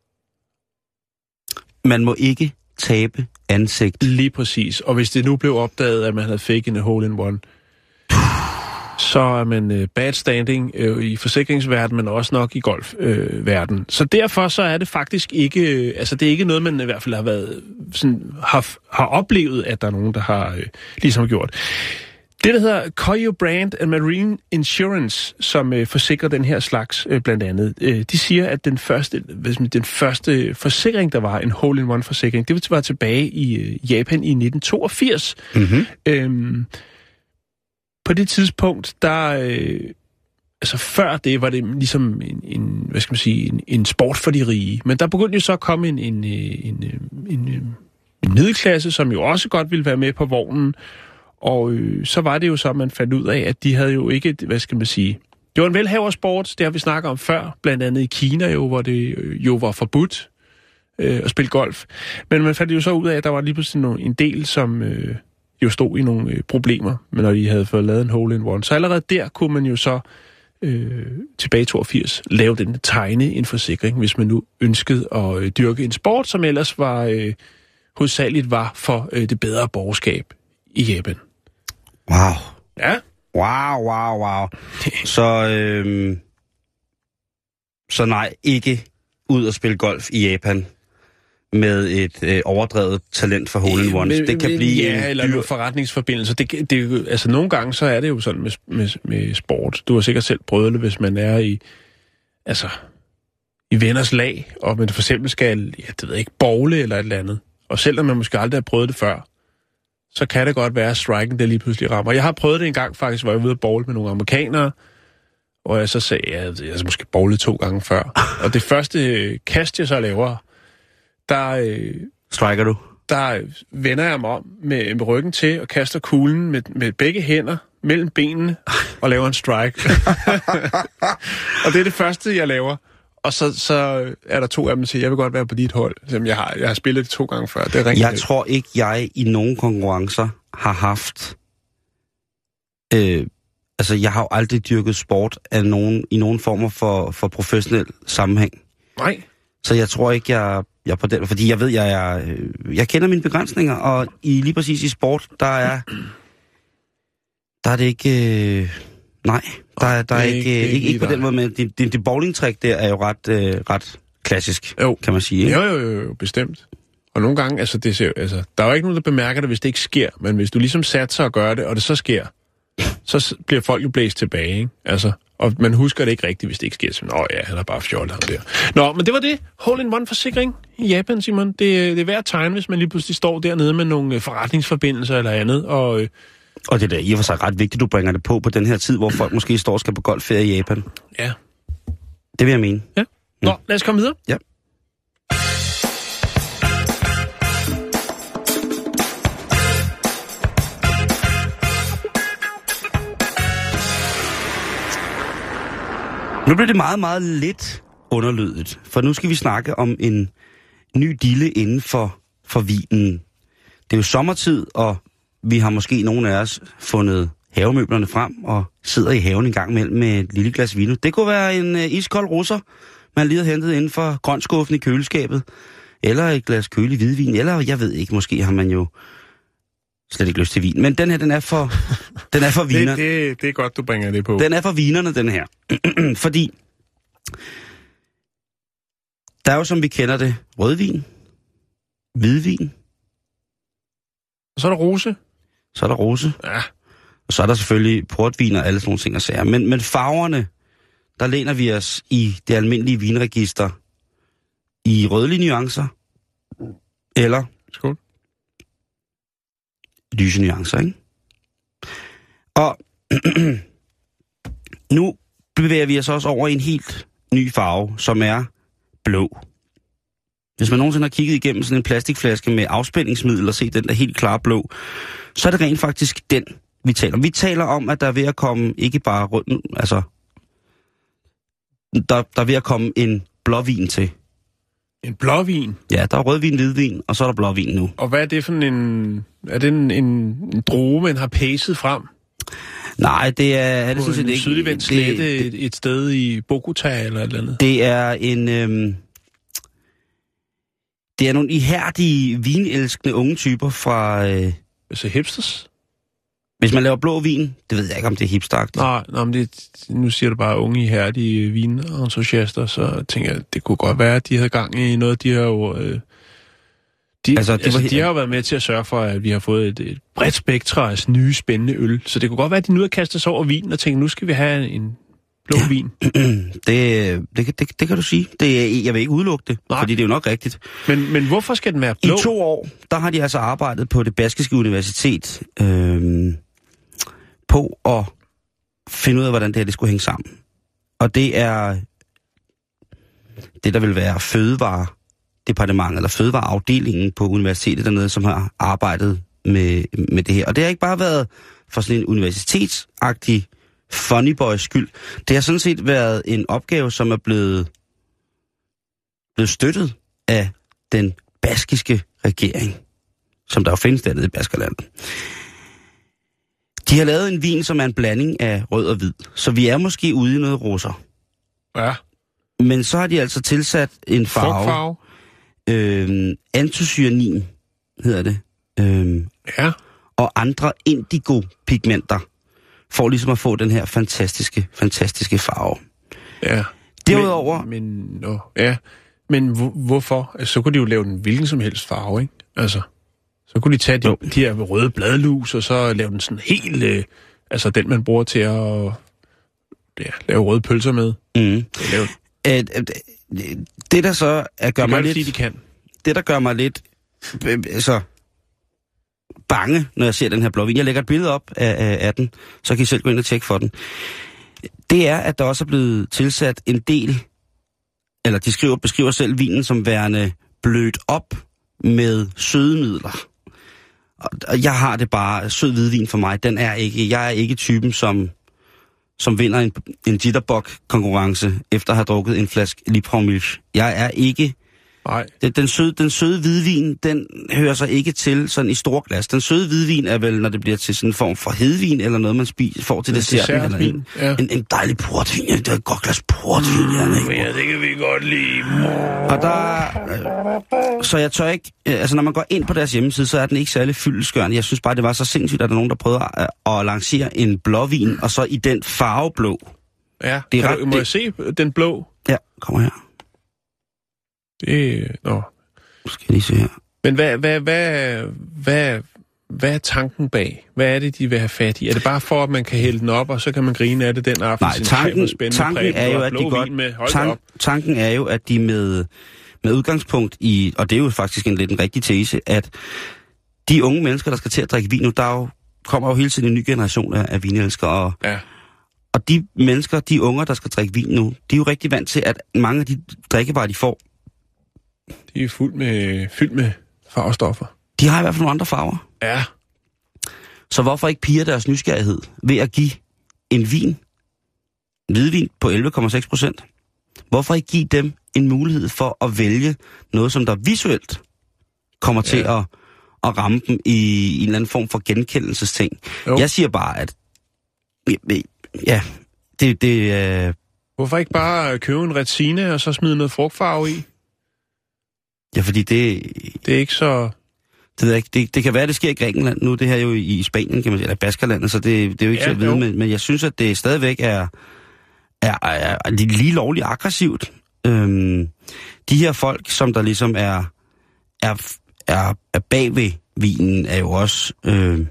Man må ikke tabe ansigt. Lige præcis. Og hvis det nu blev opdaget, at man havde fake en hole-in-one, så er man øh, bad standing øh, i forsikringsverdenen, men også nok i golfverdenen. Øh, så derfor så er det faktisk ikke, øh, altså det er ikke noget, man i hvert fald har været sådan, har, har oplevet, at der er nogen, der har øh, ligesom gjort. Det, der hedder Koyo Brand and Marine Insurance, som øh, forsikrer den her slags øh, blandt andet, øh, de siger, at den første, den første forsikring, der var en hole-in-one-forsikring, det var tilbage i øh, Japan i nitten toogfirs. Mm-hmm. Øhm, på det tidspunkt, der... Øh, altså før det var det ligesom en, en hvad skal man sige, en, en sport for de rige. Men der begyndte jo så at komme en, en, en, en, en, en middelklasse, som jo også godt ville være med på vognen. Og øh, så var det jo så, at man fandt ud af, at de havde jo ikke, hvad skal man sige... Det var en velhaversport, det har vi snakket om før, blandt andet i Kina jo, hvor det øh, jo var forbudt øh, at spille golf. Men man fandt jo så ud af, at der var lige pludselig nogle, en del, som øh, jo stod i nogle øh, problemer, men når de havde fået lavet en hole-in-one. Så allerede der kunne man jo så øh, tilbage i toogfirs lave den tegne en forsikring, hvis man nu ønskede at øh, dyrke en sport, som ellers var øh, hovedsageligt var for øh, det bedre borgerskab i Japan. Wow. Ja. Wow, wow, wow. Så, øh, så nej, ikke ud og spille golf i Japan med et øh, overdrevet talent for hole in ones. Det kan blive ja, eller dyr... forretningsforbindelser. Det, det, altså nogle gange så er det jo sådan med, med, med sport. Du har sikkert selv prøvet det, hvis man er i altså i venners lag, og man for eksempel skal, ja, det ved jeg ikke, bowle eller et eller andet. Og selvom man måske aldrig har prøvet det før, så kan det godt være, at striken der lige pludselig rammer. Jeg har prøvet det en gang faktisk, hvor jeg var ude at bowle med nogle amerikanere, og jeg så sagde, at jeg har måske bowlet to gange før. Og det første kast, jeg så laver, der, øh, striker du? Der vender jeg mig om med, med ryggen til og kaster kuglen med, med begge hænder mellem benene og laver en strike. Og det er det første, jeg laver. Og så, så er der to af dem, der siger, jeg vil godt være på dit hold. Jeg har, jeg har spillet det to gange før. Det er jeg tror ikke, jeg i nogen konkurrencer har haft... Øh, altså, jeg har jo aldrig dyrket sport af nogen, i nogen former for, for professionel sammenhæng. Nej. Så jeg tror ikke, jeg, jeg er på den... Fordi jeg ved, jeg er... Jeg kender mine begrænsninger, og i, lige præcis i sport, der er... Der er det ikke... Øh, nej, der, er, der er ikke, ikke, ikke, ikke på den måde, men det, det, det bowling-trick der er jo ret, øh, ret klassisk, jo. Kan man sige. Ikke? Jo, jo, jo, bestemt. Og nogle gange, altså, det ser, altså, der er jo ikke nogen, der bemærker det, hvis det ikke sker, men hvis du ligesom satser og gør det, og det så sker, så bliver folk jo blæst tilbage, ikke? Altså, og man husker det ikke rigtigt, hvis det ikke sker. Så, åh ja, han er bare fjollet ham der. Nå, men det var det. Hole-in-one-forsikring i Japan, Simon. Det, det er værd at tegne, hvis man lige pludselig står dernede med nogle forretningsforbindelser eller andet, og... Øh, Og det er da i og for sig ret vigtigt, du bringer det på på den her tid, hvor folk måske står og skal på golfferie i Japan. Ja. Det vil jeg mene. Ja. Nå, lad os komme videre. Ja. Nu bliver det meget, meget lidt underlydigt, for nu skal vi snakke om en ny dille inden for, for vinen. Det er jo sommertid, og vi har måske nogle af os fundet havemøblerne frem og sidder i haven en gang imellem med et lille glas vino. Det kunne være en uh, iskold russer, man lige har hentet inden for grøntskuffen i køleskabet, eller et glas kølig hvidvin, eller jeg ved ikke, måske har man jo slet ikke lyst til vin. Men den her, den er for, den er for viner. Det, det, det er godt, du bringer det på. Den er for vinerne, den her. Fordi der er jo, som vi kender det, rødvin, hvidvin. Og så er der rose. Så er der rose. Ja. Og så er der selvfølgelig portvin og alle sådan nogle ting og sager. Men, men farverne, der læner vi os i det almindelige vinregister i rødlige nuancer, eller skål, lyse nuancer, ikke? Og nu bevæger vi os også over i en helt ny farve, som er blå. Hvis man nogensinde har kigget igennem sådan en plastikflaske med afspændingsmiddel og set den der helt klare blå, så er det rent faktisk den, vi taler om. Vi taler om, at der er ved at komme ikke bare rød, altså der, der er ved at komme en blåvin til. En blåvin? Ja, der er rødvin, hvidvin, og så er der blåvin nu. Og hvad er det for en... Er det en, en, en droge, man har pacet frem? Nej, det er... er det sådan set ikke... På en sydligvendt slette et, et sted i Bogota eller et eller andet? Det er en... Øhm, det er nogle ihærdige, vinelskende unge typer fra... Øh, altså hipsters? Hvis man laver blå vin, det ved jeg ikke, om det er hipstagtigt. Nej, nej, men det, nu siger du bare unge ihærdige vinentusiaster, så tænker jeg, det kunne godt være, at de havde gang i noget, de har jo... Øh, de, altså, det altså, var, de har jo været med til at sørge for, at vi har fået et, et bredt spektrum af nye, spændende øl. Så det kunne godt være, at de nu har kastet sig over vin og tænkt, nu skal vi have en blå ja. vin. det, det, det, det kan du sige. Det, jeg vil ikke udelukke det, nej. Fordi det er jo nok rigtigt. Men, men hvorfor skal den være blå? I to år, der har de altså arbejdet på det baskiske universitet øh, på at finde ud af, hvordan det her det skulle hænge sammen. Og det er det, der vil være fødevaredepartementet, eller fødevareafdelingen på universitetet dernede, som har arbejdet med, med det her. Og det har ikke bare været for sådan en universitetsagtig funny boys skyld. Det har sådan set været en opgave, som er blevet, blevet støttet af den baskiske regering, som der jo findes dernede i Baskerlandet. De har lavet en vin, som er en blanding af rød og hvid. Så vi er måske ude i noget roser. Ja. Men så har de altså tilsat en farve. Frugtfarve. Øh, antocyanin hedder det. Øh, Ja. og andre indigo-pigmenter. For ligesom at få den her fantastiske, fantastiske farve. Ja. Derudover... Men, men, nå, ja. men hvor, hvorfor? Altså, så kunne de jo lave den hvilken som helst farve, ikke? Altså, så kunne de tage de, de her røde bladlus, og så lave den sådan helt... Øh, altså, den man bruger til at ja, lave røde pølser med. Mm. Lave, Et, et, det, der så er, gør det mig gør det, lidt... fordi de kan. Det, der gør mig lidt... Øh, altså... bange, når jeg ser den her blå vin. Jeg lægger et billede op af, af den, så kan I selv gå ind og tjekke for den. Det er, at der også er blevet tilsat en del, eller de skriver, beskriver selv vinen som værende blødt op med sødemidler. Og jeg har det bare, sød hvidvin for mig, den er ikke, jeg er ikke typen, som, som vinder en, en jitterbug-konkurrence, efter at have drukket en flaske Liebfraumilch. Jeg er ikke... Nej. Den, den, søde, den søde hvidvin, den hører sig ikke til sådan i store glas. Den søde hvidvin er vel, når det bliver til sådan en form for hedvin, eller noget, man spiser, får til desserten. Eller en, ja. en, en dejlig portvin. Ja, det er et godt glas portvin. Mm, ja, ja, det kan vi godt lide. Og der... Øh, så jeg tør ikke... Øh, altså, når man går ind på deres hjemmeside, så er den ikke særlig fyldestgørende. Jeg synes bare, det var så sindssygt, at der er nogen, der prøvede at, at lancere en blåvin, og så i den farveblå. Ja, det er kan ret, du, må det, jeg se den blå? Ja, kommer her. Det... Nå. Skal jeg lige se her. Men hvad, hvad, hvad, hvad, hvad er tanken bag? Hvad er det, de vil have fat i? Er det bare for, at man kan hælde den op, og så kan man grine af det den aften? Nej, tanken, tanken er jo, at de godt, tank, tanken er jo, at de med, med udgangspunkt i, og det er jo faktisk en lidt en rigtig tese, at de unge mennesker, der skal til at drikke vin nu, der jo, kommer jo hele tiden en ny generation af, af vinelskere, og, ja. og de mennesker, de unger, der skal drikke vin nu, de er jo rigtig vant til, at mange af de drikkevarer, de får, de er fyldt med, fyldt med farvestoffer. De har i hvert fald nogle andre farver. Ja. Så hvorfor ikke pirre deres nysgerrighed ved at give en vin, en hvidvin på elleve komma seks procent? Hvorfor ikke give dem en mulighed for at vælge noget, som der visuelt kommer ja. til at, at ramme dem i, i en eller anden form for genkendelsesting? Jo. Jeg siger bare, at ja, det... det øh... Hvorfor ikke bare købe en retina og så smide noget frugtfarve i? Ja, fordi det... Det er ikke så... Det, ved jeg ikke. Det, det kan være, at det sker i Grækenland. Nu er det her jo i, i Spanien, kan man sige, eller Baskerlandet, så det, det er jo ikke ja, til at vide. Men, men jeg synes, at det stadigvæk er, er, er, er lige lovligt aggressivt. Øhm, de her folk, som der ligesom er, er, er, er bag ved vinen, er jo også øh,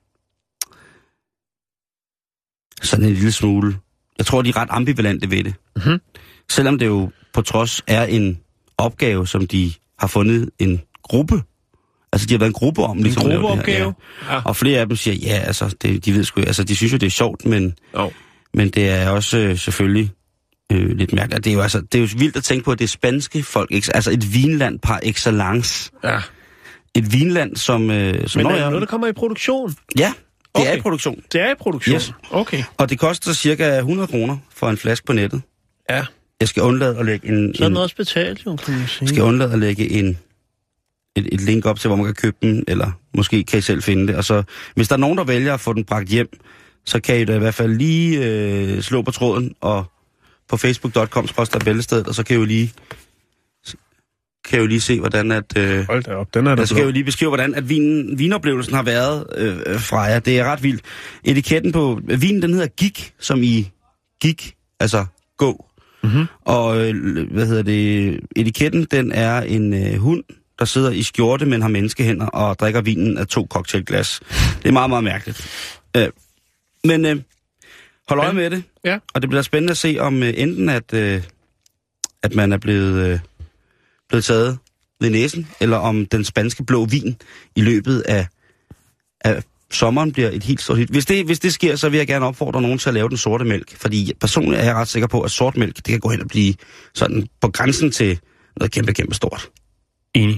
sådan en lille smule... Jeg tror, de er ret ambivalente ved det. Mm-hmm. Selvom det jo på trods er en opgave, som de har fundet en gruppe. Altså, de har været en gruppe om, ligesom, en gruppeopgave? Ja. Ja. Og flere af dem siger, ja, altså, det, de ved sgu, altså, de synes jo, det er sjovt, men, oh. men det er også øh, selvfølgelig øh, lidt mærkeligt. Det er jo altså, det er jo vildt at tænke på, at det er spanske folk, ikke? Altså et vinland par excellence. Ja. Et vinland, som... Øh, som men er det noget, der kommer i produktion? Ja, det okay. er i produktion. Det er i produktion? Yes. Okay. Og det koster cirka hundrede kroner for en flaske på nettet. Ja. Jeg skal undlade at lægge en... Så er den en, også betalt, jo, kan man sige. Jeg skal undlade at lægge en, et, et link op til, hvor man kan købe den, eller måske kan I selv finde det. Og så, hvis der er nogen, der vælger at få den bragt hjem, så kan I da i hvert fald lige øh, slå på tråden, og på facebook punktum com skråstreg bæltestedet, og så kan I jo lige, kan I jo lige se, hvordan at... Øh, Hold da op, den er der. Så kan jeg jo lige beskrive, hvordan at vinen, vinoplevelsen har været øh, fra jer. Det er ret vildt. Etiketten på vinen, den hedder Gik, som i gik, altså gå. Mm-hmm. Og øh, hvad hedder det? Etiketten, den er en øh, hund, der sidder i skjorte, men har menneskehænder og drikker vinen af to cocktailglas. Det er meget, meget mærkeligt. Øh, men øh, hold øje med det. Ja. Og det bliver spændende at se, om øh, enten at, øh, at man er blevet, øh, blevet taget ved næsen, eller om den spanske blå vin i løbet af, af sommeren bliver et helt stort hit. Hvis det, hvis det sker, så vil jeg gerne opfordre nogen til at lave den sorte mælk, fordi personligt er jeg ret sikker på, at sort mælk, det kan gå hen og blive sådan på grænsen til noget kæmpe, kæmpe stort. Enig.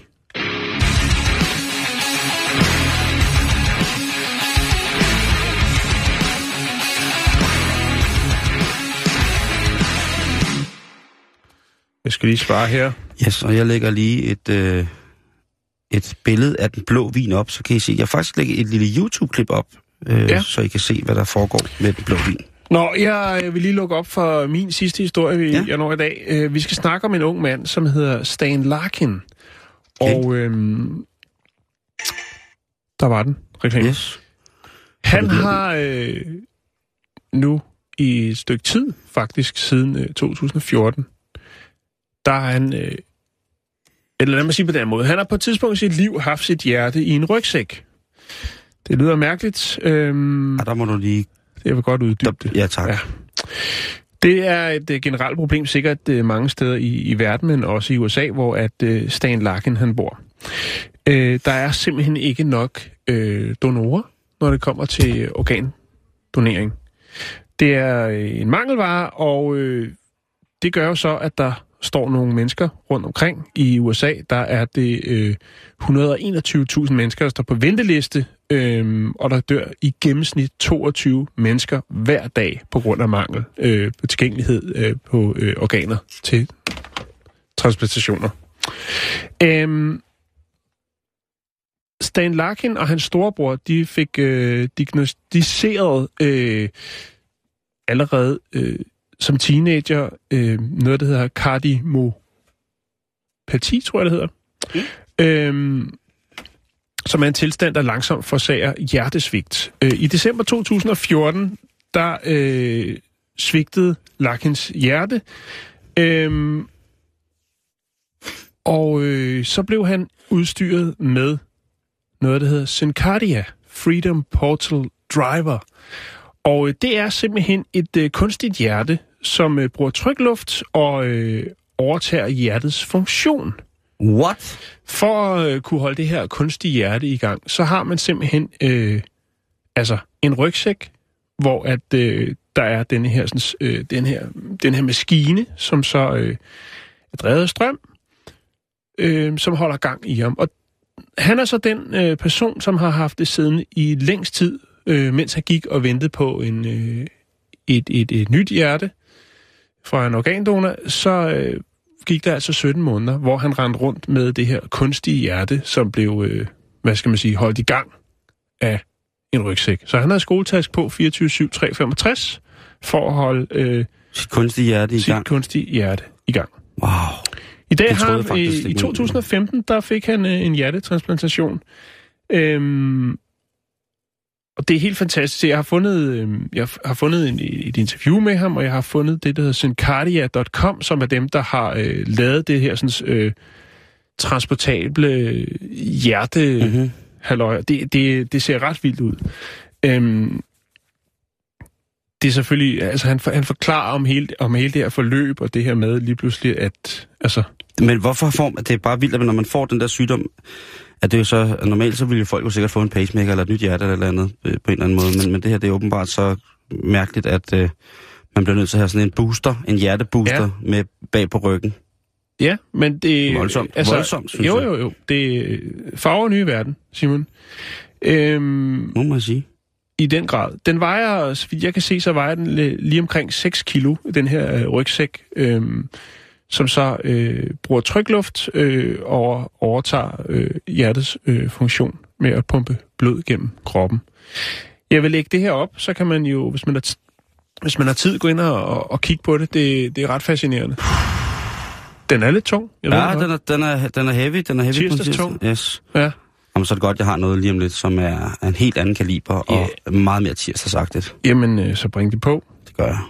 Jeg skal lige svare her. Ja, så jeg lægger lige et, øh, et billede af den blå vin op, så kan I se. Jeg har faktisk lægget et lille YouTube-klip op øh, ja. så I kan se, hvad der foregår med den blå vin. Nå, jeg vil lige lukke op for min sidste historie, vi, ja. jeg når i dag. Vi skal snakke om en ung mand, som hedder Stan Larkin. Okay. Og øhm, der var den, reklame. Yes. Han har øh, nu i et stykke tid, faktisk siden øh, to tusind og fjorten, der har han, øh, eller lad mig sige på den måde, han har på et tidspunkt i sit liv haft sit hjerte i en rygsæk. Det lyder mærkeligt. Øhm, ja, der må du lige... Jeg vil godt uddybe det. Ja, tak. Ja. Det er et uh, generelt problem sikkert uh, mange steder i, i verden, men også i U S A, hvor at uh, Stan Larkin han bor. Uh, der er simpelthen ikke nok uh, donorer, når det kommer til organdonering. Det er uh, en mangelvare, og uh, det gør jo så, at der står nogle mennesker rundt omkring i U S A. Der er det øh, et hundrede og enogtyve tusind mennesker, der står på venteliste, øh, og der dør i gennemsnit toogtyve mennesker hver dag på grund af mangel øh, på tilgængelighed øh, på øh, organer til transplantationer. Øh, Stan Larkin og hans storebror, de fik øh, diagnosticeret øh, allerede øh, som teenager øh, noget, der hedder kardiomyopati, tror jeg, det hedder. Mm. Øhm, som er en tilstand, der langsomt forsager hjertesvigt. Øh, I december to tusind og fjorten, der øh, svigtede Larkins hjerte. Øhm, og øh, så blev han udstyret med noget, der hedder SynCardia Freedom Portal Driver. Og øh, det er simpelthen et øh, kunstigt hjerte, som øh, bruger trykluft og øh, overtager hjertets funktion. What? For at øh, kunne holde det her kunstige hjerte i gang, så har man simpelthen øh, altså en rygsæk, hvor at øh, der er denne her, sådan, øh, den her, den her maskine, som så øh, er drevet af strøm, øh, som holder gang i ham. Og han er så den øh, person, som har haft det siddende i længst tid, øh, mens han gik og ventede på en, øh, et, et, et nyt hjerte fra en organdonor, så øh, gik der altså sytten måneder, hvor han rendte rundt med det her kunstige hjerte, som blev, øh, hvad skal man sige, holdt i gang af en rygsæk. Så han havde skoletask på fireogtyve syv tre femogtres for at holde øh, sit kunstige hjerte i sit gang. kunstige hjerte i gang. Wow. I dag har i, i to tusind og femten, der fik han øh, en hjertetransplantation. Øhm, og det er helt fantastisk. Jeg har fundet, øh, jeg har fundet en, et interview med ham, og jeg har fundet det, der hedder syncardia punktum com, som er dem, der har øh, lavet det her sådan, øh, transportable hjerte. Mm-hmm. Halløj. Det, det, det ser ret vildt ud. Øhm, det er selvfølgelig, altså han, han forklarer om hele, om hele det her forløb, og det her med lige pludselig, at altså... Men hvorfor får man, det er bare vildt, at når man får den der sygdom, at det er jo så, normalt så ville folk jo sikkert få en pacemaker eller et nyt hjerte eller andet øh, på en eller anden måde, men, men det her, det er åbenbart så mærkeligt, at øh, man bliver nødt til at have sådan en booster, en hjertebooster ja. med bag på ryggen. Ja, men det... Voldsomt, altså, voldsomt, synes jo, jeg. Jo, jo, jo. Det farver nye verden, Simon. Øhm, Må man sige. I den grad. Den vejer, så vidt jeg kan se, så vejer den lige omkring seks kilo, den her øh, rygsæk, øh, som så øh, bruger trykluft øh, og overtager øh, hjertets øh, funktion med at pumpe blod gennem kroppen. Jeg vil lægge det her op, så kan man jo, hvis man har, t- hvis man har tid, gå ind og, og, og kigge på det. det. Det er ret fascinerende. Den er lidt tung. Jeg ja, den er, den, er, den er heavy. Den er heavy. Tirsdags tung. Yes. Ja. Jamen, så er det godt, jeg har noget lige om lidt, som er en helt anden kaliber og yeah. meget mere tirsdagsagtigt. Jamen, øh, så bring det på. Det gør jeg.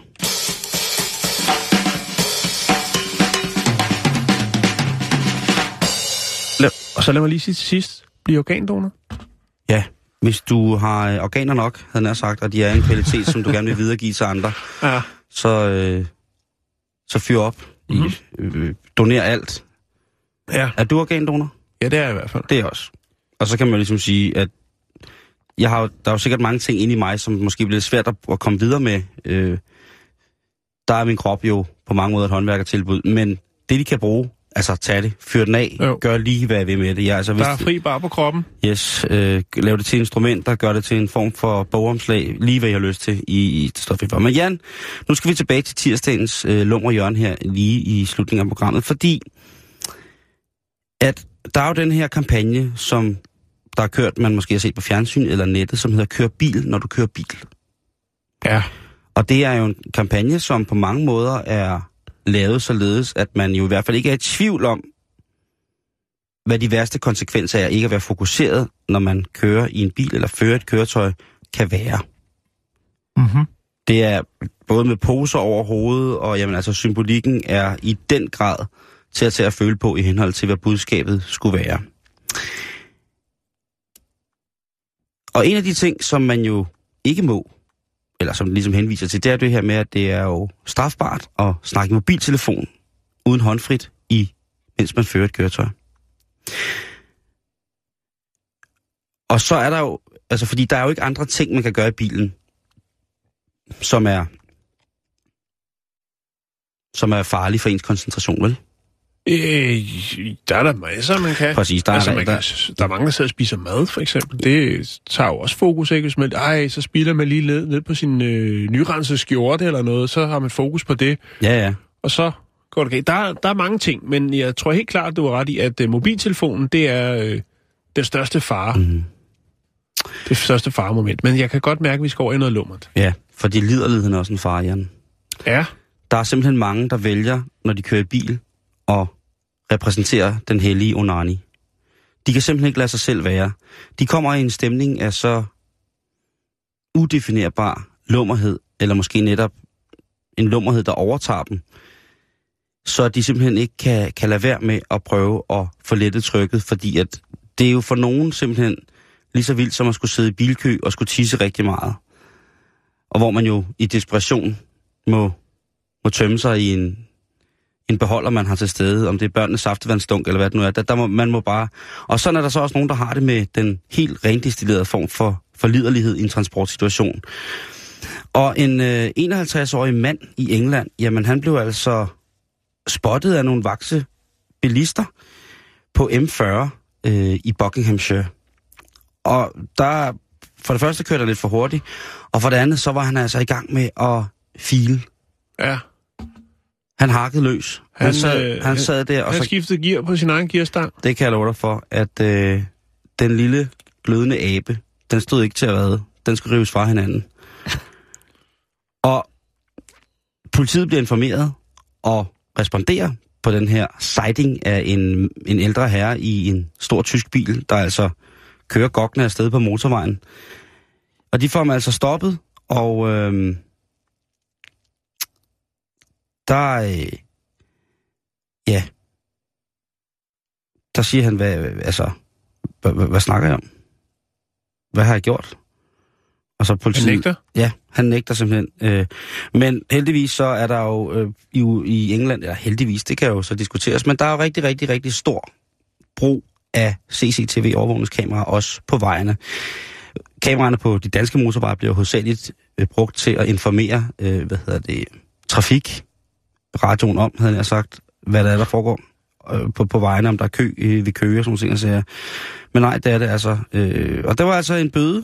Og så lad mig lige sige til sidst, blive organdonor. Ja, hvis du har organer nok, havde jeg sagt, og de er en kvalitet, som du gerne vil videregive til andre, ja. så, øh, så fyr op. Mm-hmm. I, øh, doner alt. Ja. Er du organdonor? Ja, det er jeg i hvert fald. Det er også. Og så kan man ligesom sige, at jeg har, der er jo sikkert mange ting inde i mig, som måske bliver svært at, at komme videre med. Øh, der er min krop jo på mange måder et håndværkertilbud, men det de kan bruge, altså tag det, fyr den af, jo. Gør lige hvad jeg vil med det. Jeg, altså, hvis, der er fri bar på kroppen. Yes, øh, lav det til instrumenter, gør det til en form for bogomslag, lige hvad jeg har lyst til i, i stoffet. Men Jan, nu skal vi tilbage til tirsdagens øh, lummer hjørne her lige i slutningen af programmet, fordi at der er jo den her kampagne, som der har kørt, man måske har set på fjernsyn eller nettet, som hedder Kør bil, når du kører bil. Ja. Og det er jo en kampagne, som på mange måder er lavet således, at man jo i hvert fald ikke er i tvivl om, hvad de værste konsekvenser er ikke at være fokuseret, når man kører i en bil eller fører et køretøj, kan være. Mhm. Det er både med poser over hovedet, og jamen, altså, symbolikken er i den grad til at tage at føle på i henhold til, hvad budskabet skulle være. Og en af de ting, som man jo ikke må, eller som ligesom henviser til, det er det her med, at det er jo strafbart at snakke i mobiltelefon uden håndfrit, i, mens man fører et køretøj. Og så er der jo, altså fordi der er jo ikke andre ting, man kan gøre i bilen, som er som er farlige for ens koncentration, vel? Øh, der er der masser, man kan. Præcis, der er, altså, der, man der, kan, der er mange, der sidder og spiser mad, for eksempel. Det tager jo også fokus, ikke? Hvis man, ej, så spilder man lige ned, ned på sin øh, nyrensede skjorte eller noget, så har man fokus på det. Ja, ja. Og så går det galt. Der, der er mange ting, men jeg tror helt klart, du har ret i, at øh, mobiltelefonen, det er øh, den største fare. Mm. Det største faremoment. Men jeg kan godt mærke, at vi skal over i noget lummert. Ja, fordi liderligheden er også en fare, Jan. Ja. Der er simpelthen mange, der vælger, når de kører i bil, og repræsenterer den hellige onani. De kan simpelthen ikke lade sig selv være. De kommer i en stemning af så udefinerbar lummerhed, eller måske netop en lummerhed, der overtager dem, så de simpelthen ikke kan, kan lade være med at prøve at få lettet trykket, fordi at det er jo for nogen simpelthen lige så vildt som at skulle sidde i bilkø og skulle tisse rigtig meget. Og hvor man jo i desperation må, må tømme sig i en, en beholder, man har til stede, om det er børnenes saftevandsdunk eller hvad det nu er. Der, der må, man må bare... Og sådan er der så også nogen, der har det med den helt rendestillerede form for, for liderlighed i en transportsituation. Og en øh, enoghalvtreds-årig mand i England, jamen han blev altså spottet af nogle vakse bilister på M fyrre øh, i Buckinghamshire. Og der, for det første kørte han lidt for hurtigt, og for det andet, så var han altså i gang med at file. Ja. Han hakkede løs. Han, han, sad, øh, han sad der, og han så... skiftede gear på sin egen gearstang. Det kan jeg love dig for, at øh, den lille glødende abe, den stod ikke til at redde. Den skulle rives fra hinanden. Og politiet bliver informeret og responderer på den her sighting af en, en ældre herre i en stor tysk bil, der altså kører gokkende afsted på motorvejen. Og de får ham altså stoppet, og øh, der, øh, ja, der siger han, hvad, altså, hvad, hvad, hvad snakker jeg om? Hvad har jeg gjort? Og så politiet, han nægter? Ja, han nægter simpelthen. Øh, men heldigvis så er der jo øh, i, i England, eller heldigvis, det kan jo så diskuteres, men der er jo rigtig, rigtig, rigtig stor brug af C C T V-overvågningskameraer også på vejene. Kameraerne på de danske motorveje bliver hovedsageligt øh, brugt til at informere, øh, hvad hedder det, trafik, radioen om, havde jeg sagt, hvad der er, der foregår øh, på, på vejene, om der er kø øh, ved køer, sådan nogle ting. Men nej, det er det altså. Øh, og der var altså en bøde,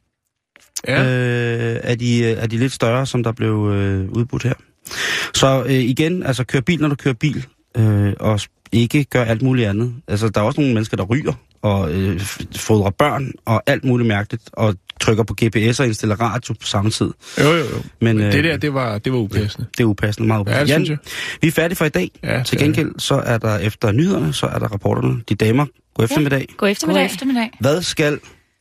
ja. øh, af, de, af de lidt større, som der blev øh, udbudt her. Så øh, igen, altså kør bil, når du kører bil, øh, og ikke gør alt muligt andet. Altså, der er også nogle mennesker, der ryger og øh, fodrer børn og alt muligt mærkeligt, og trykker på G P S og indstiller radio på samme tid. Jo, jo, jo. Men, Men øh, det der, det var, det var upassende. Det er upassende, meget upassende. Ja, det synes jeg. Vi er færdige for i dag. Ja, til gengæld, så er der efter nyhederne, så er der rapporterne. De damer, god eftermiddag. Ja, god eftermiddag. God eftermiddag. Hvad skal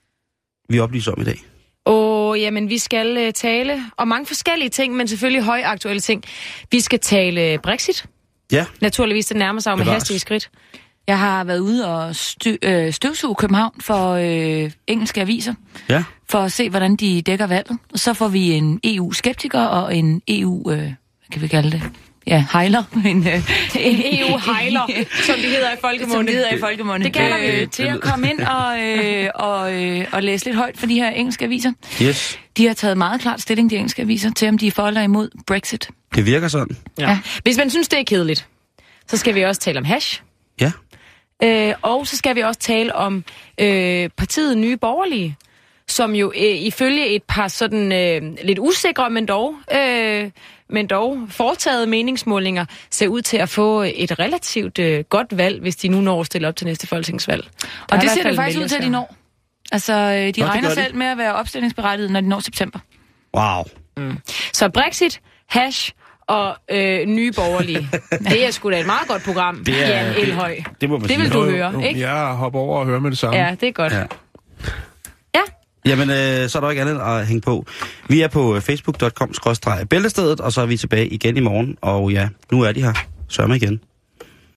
vi oplyse om i dag? Og jamen, vi skal uh, tale om mange forskellige ting, men selvfølgelig højaktuelle ting. Vi skal tale Brexit. Ja. Naturligvis, det nærmer sig med hastige skridt. Jeg har været ude og stø, øh, støvsuge København for øh, engelske aviser, ja. for at se, hvordan de dækker valget. Og så får vi en E U-skeptiker og en E U, øh, hvad kan vi kalde det? Ja, hejler. En, øh, en E U-hejler, som det hedder i folkemunde. Som det hedder i folkemunde. Det kalder vi øh, til at komme ind og, øh, og, øh, og læse lidt højt for de her engelske aviser. Yes. De har taget meget klart stilling, de engelske aviser, til om de er for eller imod Brexit. Det virker sådan. Ja. Ja. Hvis man synes, det er kedeligt, så skal vi også tale om hash. Ja. Øh, og så skal vi også tale om øh, partiet Nye Borgerlige, som jo øh, ifølge et par sådan øh, lidt usikre, men dog, øh, men dog foretaget meningsmålinger, ser ud til at få et relativt øh, godt valg, hvis de nu når at stille op til næste folketingsvalg. Og det ser det faktisk ud til, at de når. Altså, øh, de Nå, regner de. selv med at være opstillingsberettiget, når de når september. Wow. Mm. Så Brexit, hash og øh, nye borgerlige. Det er sgu da et meget godt program, Det er- Jan det- Elhøj. det må man det vil sige. du Jo, jo, høre, jo. ikke? Jeg hopper over og hører med det samme. Ja, det er godt. Ja. Ja. Jamen, øh, så er der ikke andet at hænge på. Vi er på facebook punktum com skråstreg bæltestedet, og så er vi tilbage igen i morgen. Og ja, nu er de her. Sørme igen.